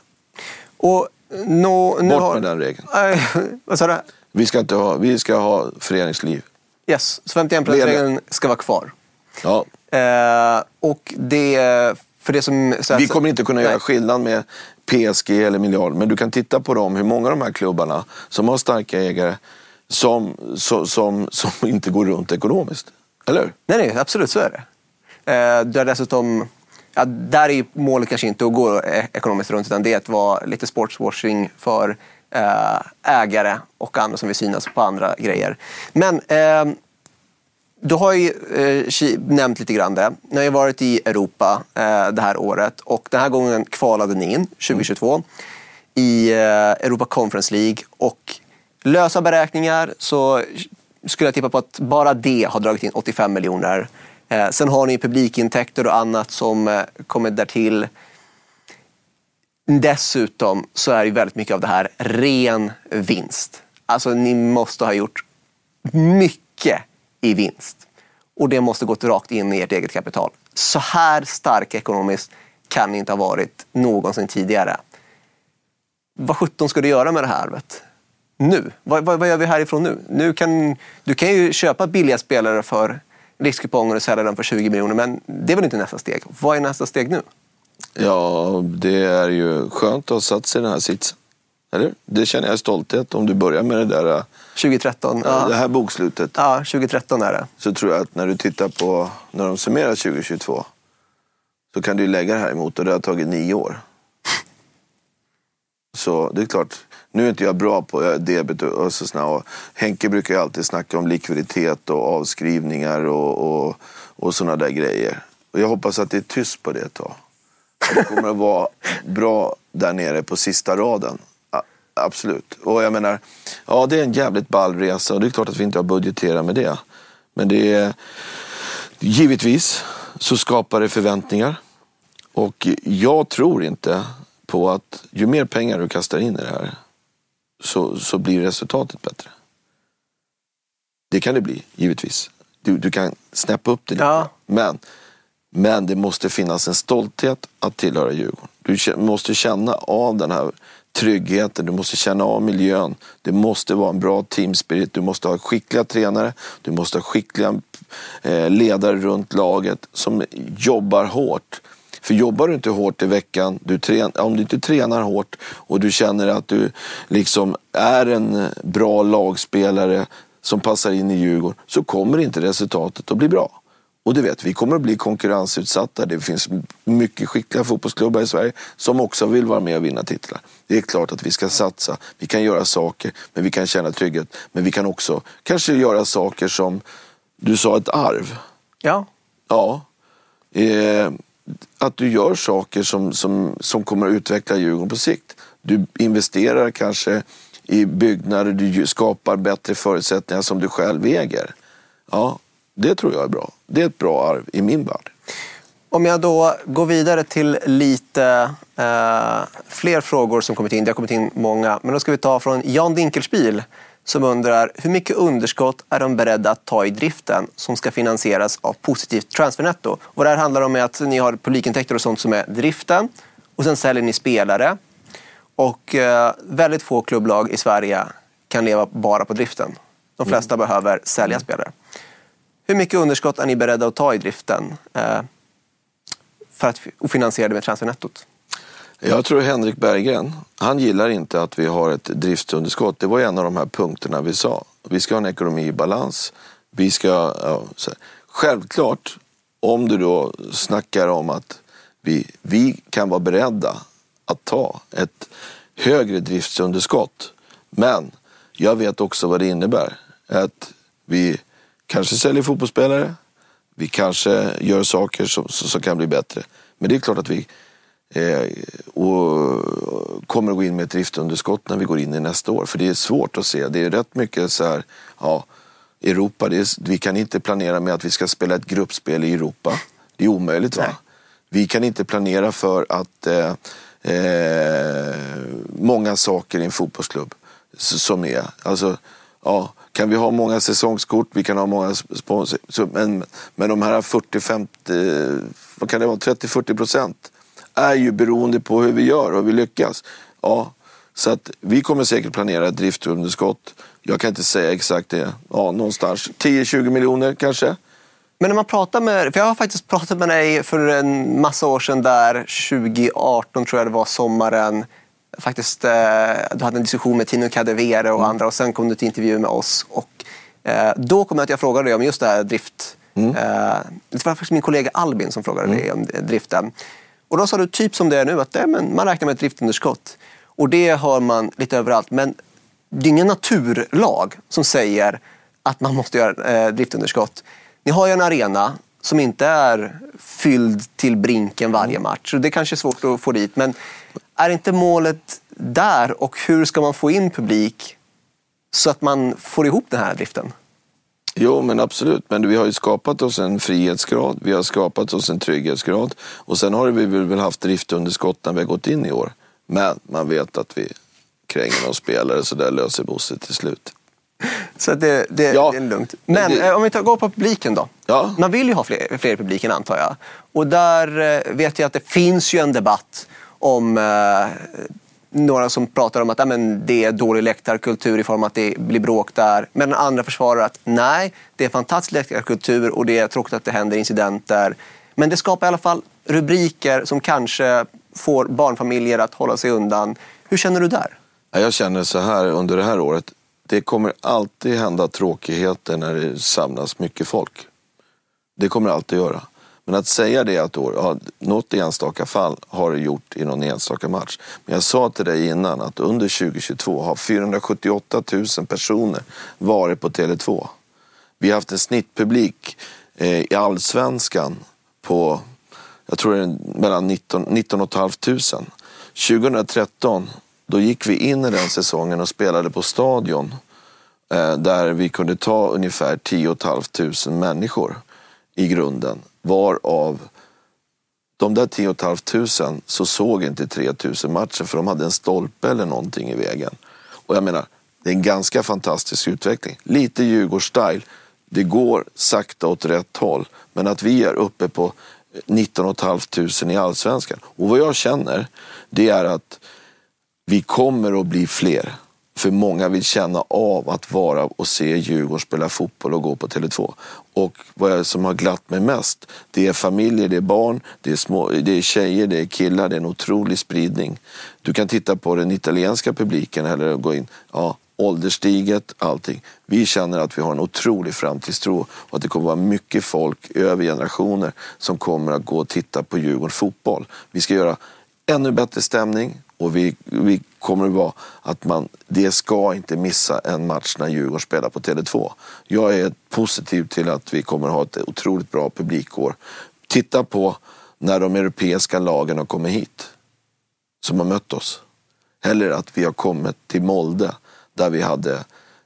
Och nå, nu Bort har... med den regeln. Äh, vad sa du? Vi ska, inte ha, vi ska ha föreningsliv. Yes, så femtioen procent-regeln ska vara kvar. Ja. Eh, och det för det som... Så vi kommer inte kunna nej. göra skillnad med P S G eller miljard. Men du kan titta på dem, hur många av de här klubbarna som har starka ägare som, som, som, som inte går runt ekonomiskt. Eller? Nej, nej, absolut så är det. Eh, det är dessutom... Ja, där är målet kanske inte att gå ekonomiskt runt, utan det är att vara lite sportswashing för ägare och andra som vill synas på andra grejer. Men eh, du har ju eh, nämnt lite grann det. Ni har ju varit i Europa eh, det här året och den här gången kvalade ni in tjugohundratjugotvå mm. i eh, Europa Conference League och lösa beräkningar så skulle jag tippa på att bara det har dragit in åttiofem miljoner. Eh, sen har ni publikintäkter och annat som eh, kommer där till. Dessutom så är ju väldigt mycket av det här ren vinst. Alltså ni måste ha gjort mycket i vinst. Och det måste gått rakt in i ert eget kapital. Så här stark ekonomiskt kan ni inte ha varit någonsin tidigare. Vad sjutton ska du göra med det här arvet? Nu? Vad, vad, vad gör vi härifrån nu? nu kan, du kan ju köpa billiga spelare för riskkuponger och sälja dem för tjugo miljoner. Men det är väl inte nästa steg? Vad är nästa steg nu? Ja, det är ju skönt att ha satt sig i den här sitsen. Eller? Det känner jag stolthet om du börjar med det där... tjugohundratretton. Ja. Det här bokslutet. Ja, tjugohundratretton är det. Så tror jag att när du tittar på... När de summerar tjugohundratjugotvå så kan du lägga det här emot och det har tagit nio år. Så det är klart... Nu är inte jag bra på debet och så snabbt. Och Henke brukar ju alltid snacka om likviditet och avskrivningar och, och, och sådana där grejer. Och jag hoppas att det är tyst på det ett tag. Det kommer att vara bra där nere på sista raden. A- absolut. Och jag menar, ja det är en jävligt ball resa och det är klart att vi inte har budgeterat med det. Men det är givetvis så skapar det förväntningar. Och jag tror inte på att ju mer pengar du kastar in i det här så, så blir resultatet bättre. Det kan det bli, givetvis. Du, du kan snäppa upp det lite. Ja. Men, men det måste finnas en stolthet att tillhöra Djurgården. Du måste känna av den här tryggheten. Du måste känna av miljön. Det måste vara en bra teamspirit. Du måste ha skickliga tränare. Du måste ha skickliga eh, ledare runt laget som jobbar hårt. För jobbar du inte hårt i veckan, du trän- om du inte tränar hårt och du känner att du liksom är en bra lagspelare som passar in i Djurgården, så kommer inte resultatet att bli bra. Och du vet, vi kommer att bli konkurrensutsatta. Det finns mycket skickliga fotbollsklubbar i Sverige som också vill vara med och vinna titlar. Det är klart att vi ska satsa. Vi kan göra saker, men vi kan känna trygghet. Men vi kan också kanske göra saker som, du sa, ett arv. Ja. Ja. Eh, att du gör saker som, som, som kommer att utveckla Djurgården på sikt. Du investerar kanske i byggnader, du skapar bättre förutsättningar som du själv äger. Ja, det tror jag är bra. Det är ett bra arv i min värld. Om jag då går vidare till lite eh, fler frågor som kommit in. Det har kommit in många. Men då ska vi ta från Jan Dinkelspiel som undrar hur mycket underskott är de beredda att ta i driften som ska finansieras av positivt transfernetto. Och det här handlar om att ni har publikintäkter och sånt som är driften. Och sen säljer ni spelare. Och eh, väldigt få klubblag i Sverige kan leva bara på driften. De flesta mm. behöver sälja mm. spelare. Hur mycket underskott är ni beredda att ta i driften eh, för att finansiera det med transfernettot? Jag tror Henrik Berggren, han gillar inte att vi har ett driftsunderskott. Det var en av de här punkterna vi sa. Vi ska ha en ekonomi i balans. Vi ska, ja, så här. Självklart, om du då snackar om att vi, vi kan vara beredda att ta ett högre driftsunderskott. Men jag vet också vad det innebär. Att vi kanske säljer fotbollsspelare. Vi kanske gör saker som, som kan bli bättre. Men det är klart att vi eh, och kommer att gå in med ett driftunderskott när vi går in i nästa år. För det är svårt att se. Det är rätt mycket så här, ja, Europa. Det är, vi kan inte planera med att vi ska spela ett gruppspel i Europa. Det är omöjligt, va? Nej. Vi kan inte planera för att eh, eh, många saker i en fotbollsklubb som är, alltså, ja, kan vi ha många säsongskort, vi kan ha många sponsor, men, men de här fyrtio femtio, vad kan det vara, trettio till fyrtio procent är ju beroende på hur vi gör och vi lyckas. Ja, så att vi kommer säkert planera ett driftunderskott. Jag kan inte säga exakt det. Ja, någonstans tio till tjugo miljoner kanske. Men när man pratar med, för jag har faktiskt pratat med dig för en massa år sedan där, tjugo arton tror jag det var, sommaren. Faktiskt, eh, du hade en diskussion med Tino Kadewere och mm. andra och sen kom du till intervju med oss. Och eh, då kom jag att jag frågade dig om just det här drift. Mm. Eh, det var faktiskt min kollega Albin som frågade mm. dig om driften. Och då sa du typ som det är nu, att det, men man räknar med ett driftunderskott. Och det hör man lite överallt. Men det är ingen naturlag som säger att man måste göra eh, driftunderskott. Ni har ju en arena som inte är fylld till brinken varje match. Så det är kanske är svårt att få dit. Men är inte målet där? Och hur ska man få in publik så att man får ihop den här driften? Jo, men absolut. Men vi har ju skapat oss en frihetsgrad. Vi har skapat oss en trygghetsgrad. Och sen har vi väl haft driftunderskott när vi har gått in i år. Men man vet att vi kränger någon spelare, så där löser Bosse till slut. Så det, det, ja, det är lugnt. Men det, om vi tar, går på publiken då. Ja. Man vill ju ha fler, fler i publiken, antar jag. Och där vet jag att det finns ju en debatt om eh, några som pratar om att ja, men det är dålig läktarkultur i form av att det blir bråk där. Men andra försvarar att nej, det är fantastisk läktarkultur och det är tråkigt att det händer incidenter. Men det skapar i alla fall rubriker som kanske får barnfamiljer att hålla sig undan. Hur känner du där? Jag känner så här under det här året. Det kommer alltid hända tråkigheter när det samlas mycket folk. Det kommer alltid göra. Men att säga det att år, ja, något enstaka fall har det gjort i någon enstaka match. Men jag sa till dig innan att under tjugo tjugotvå har fyrahundrasjuttioåtta tusen personer varit på Tele två. Vi har haft en snittpublik eh, i Allsvenskan på, jag tror det är mellan nitton, nitton och ett tusen fem hundra. tjugohundratretton, då gick vi in i den säsongen och spelade på stadion eh, där vi kunde ta ungefär tio och ett halvt tusen människor i grunden. Varav de där tio och ett halvt tusen så såg inte tre tusen matcher för de hade en stolpe eller någonting i vägen. Och jag menar, det är en ganska fantastisk utveckling. Lite Djurgårds-style. Det går sakta åt rätt håll. Men att vi är uppe på nitton och ett halvt tusen i Allsvenskan. Och vad jag känner, det är att vi kommer att bli fler. För många vill känna av att vara och se Djurgården spela fotboll och gå på Tele två. Och vad jag, som har glatt mig mest, det är familjer, det är barn, det är, små, det är tjejer, det är killar, det är en otrolig spridning. Du kan titta på den italienska publiken eller gå in, ja, ålderstiget, allting. Vi känner att vi har en otrolig framtidstro och att det kommer att vara mycket folk över generationer som kommer att gå och titta på Djurgården fotboll. Vi ska göra ännu bättre stämning. Och vi, vi kommer att vara att man, det ska inte missa en match när Djurgården spelar på Tele två. Jag är positiv till att vi kommer att ha ett otroligt bra publikår. Titta på när de europeiska lagen har kommit hit. Som har mött oss. Eller att vi har kommit till Molde. Där vi hade,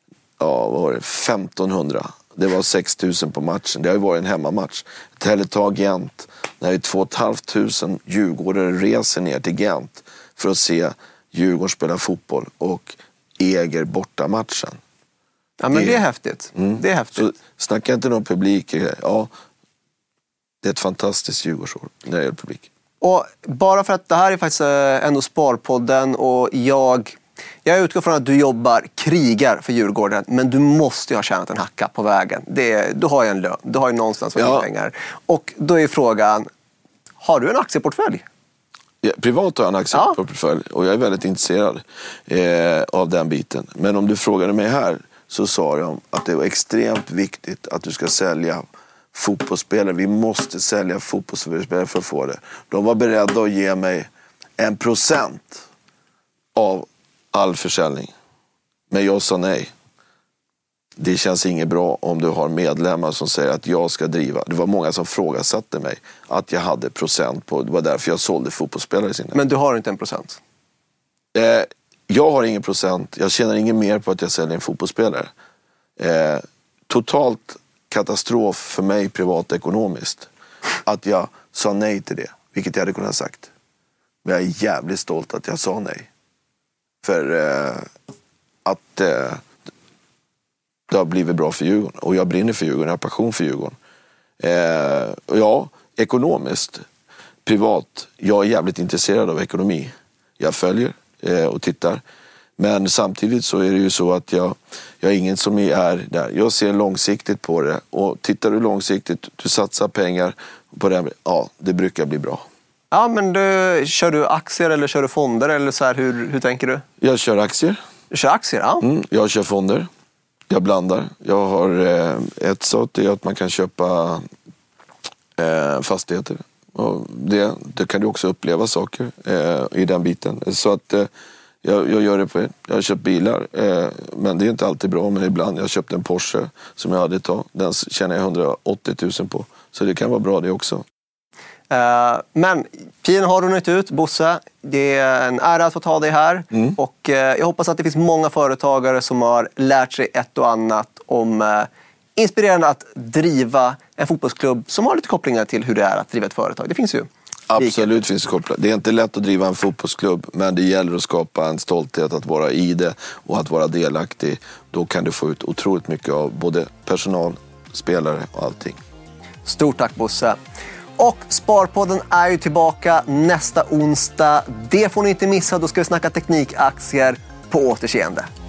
ja, vad var det, femtonhundra. Det var sex tusen på matchen. Det har ju varit en hemmamatch. Teletag Gent. När det är två och ett halvt tusen Djurgårdare reser ner till Gent för att se Djurgården spela fotboll och äger borta matchen. Ja, men det, det är häftigt. Mm. Det är häftigt. Så snacka inte om publik. Ja, det är ett fantastiskt Djurgårdsår när det gäller publik. Och bara för att det här är faktiskt ändå Sparpodden och jag... Jag utgår från att du jobbar, krigar för Djurgården, men du måste ju ha tjänat en hacka på vägen. Det, du har ju en lön, du har ju någonstans för ja. pengar. Och då är frågan, har du en aktieportfölj? Ja, privat har jag en aktieportfölj ja. och jag är väldigt intresserad eh, av den biten. Men om du frågade mig här så sa jag att det var extremt viktigt att du ska sälja fotbollsspelare. Vi måste sälja fotbollsspelare för att få det. De var beredda att ge mig en procent av all försäljning. Men jag sa nej. Det känns inget bra om du har medlemmar som säger att jag ska driva. Det var många som frågasatte mig att jag hade procent på. Det var därför jag sålde fotbollsspelare i sin. Men du har inte en procent? Eh, jag har ingen procent. Jag tjänar inget mer på att jag säljer en fotbollsspelare. Eh, totalt katastrof för mig privatekonomiskt. Att jag sa nej till det. Vilket jag hade kunnat sagt. Men jag är jävligt stolt att jag sa nej. För eh, att eh, det har blivit bra för Djurgården. Och jag brinner för Djurgården, jag har passion för Djurgården. Eh, och ja, ekonomiskt, privat, jag är jävligt intresserad av ekonomi. Jag följer eh, och tittar. Men samtidigt så är det ju så att jag, jag är ingen som är där. Jag ser långsiktigt på det. Och tittar du långsiktigt, du satsar pengar på det, ja, det brukar bli bra. Ja, men du, kör du aktier eller kör du fonder? Eller så här, hur, hur tänker du? Jag kör aktier. Du kör aktier, ja. Mm, jag kör fonder. Jag blandar. Jag har eh, ett sånt är att man kan köpa eh, fastigheter. Och det, det kan du också uppleva saker eh, i den biten. Så att eh, Jag, jag gör det på, jag har köpt bilar, eh, men det är inte alltid bra. Men ibland, jag har köpt en Porsche som jag hade ett tag. Den tjänar jag hundraåttio tusen på. Så det kan vara bra det också. Uh, men tiden har runnit ut, Bosse. Det är en ära att få ta dig här. Mm. Och uh, jag hoppas att det finns många företagare som har lärt sig ett och annat om uh, inspirerande att driva en fotbollsklubb som har lite kopplingar till hur det är att driva ett företag. Det finns ju. Absolut finns det kopplat. Det är inte lätt att driva en fotbollsklubb, men det gäller att skapa en stolthet att vara i det och att vara delaktig. Då kan du få ut otroligt mycket av både personal, spelare och allting. Stort tack, Bosse. Och Sparpodden är ju tillbaka nästa onsdag. Det får ni inte missa, då ska vi snacka teknikaktier. På återseende.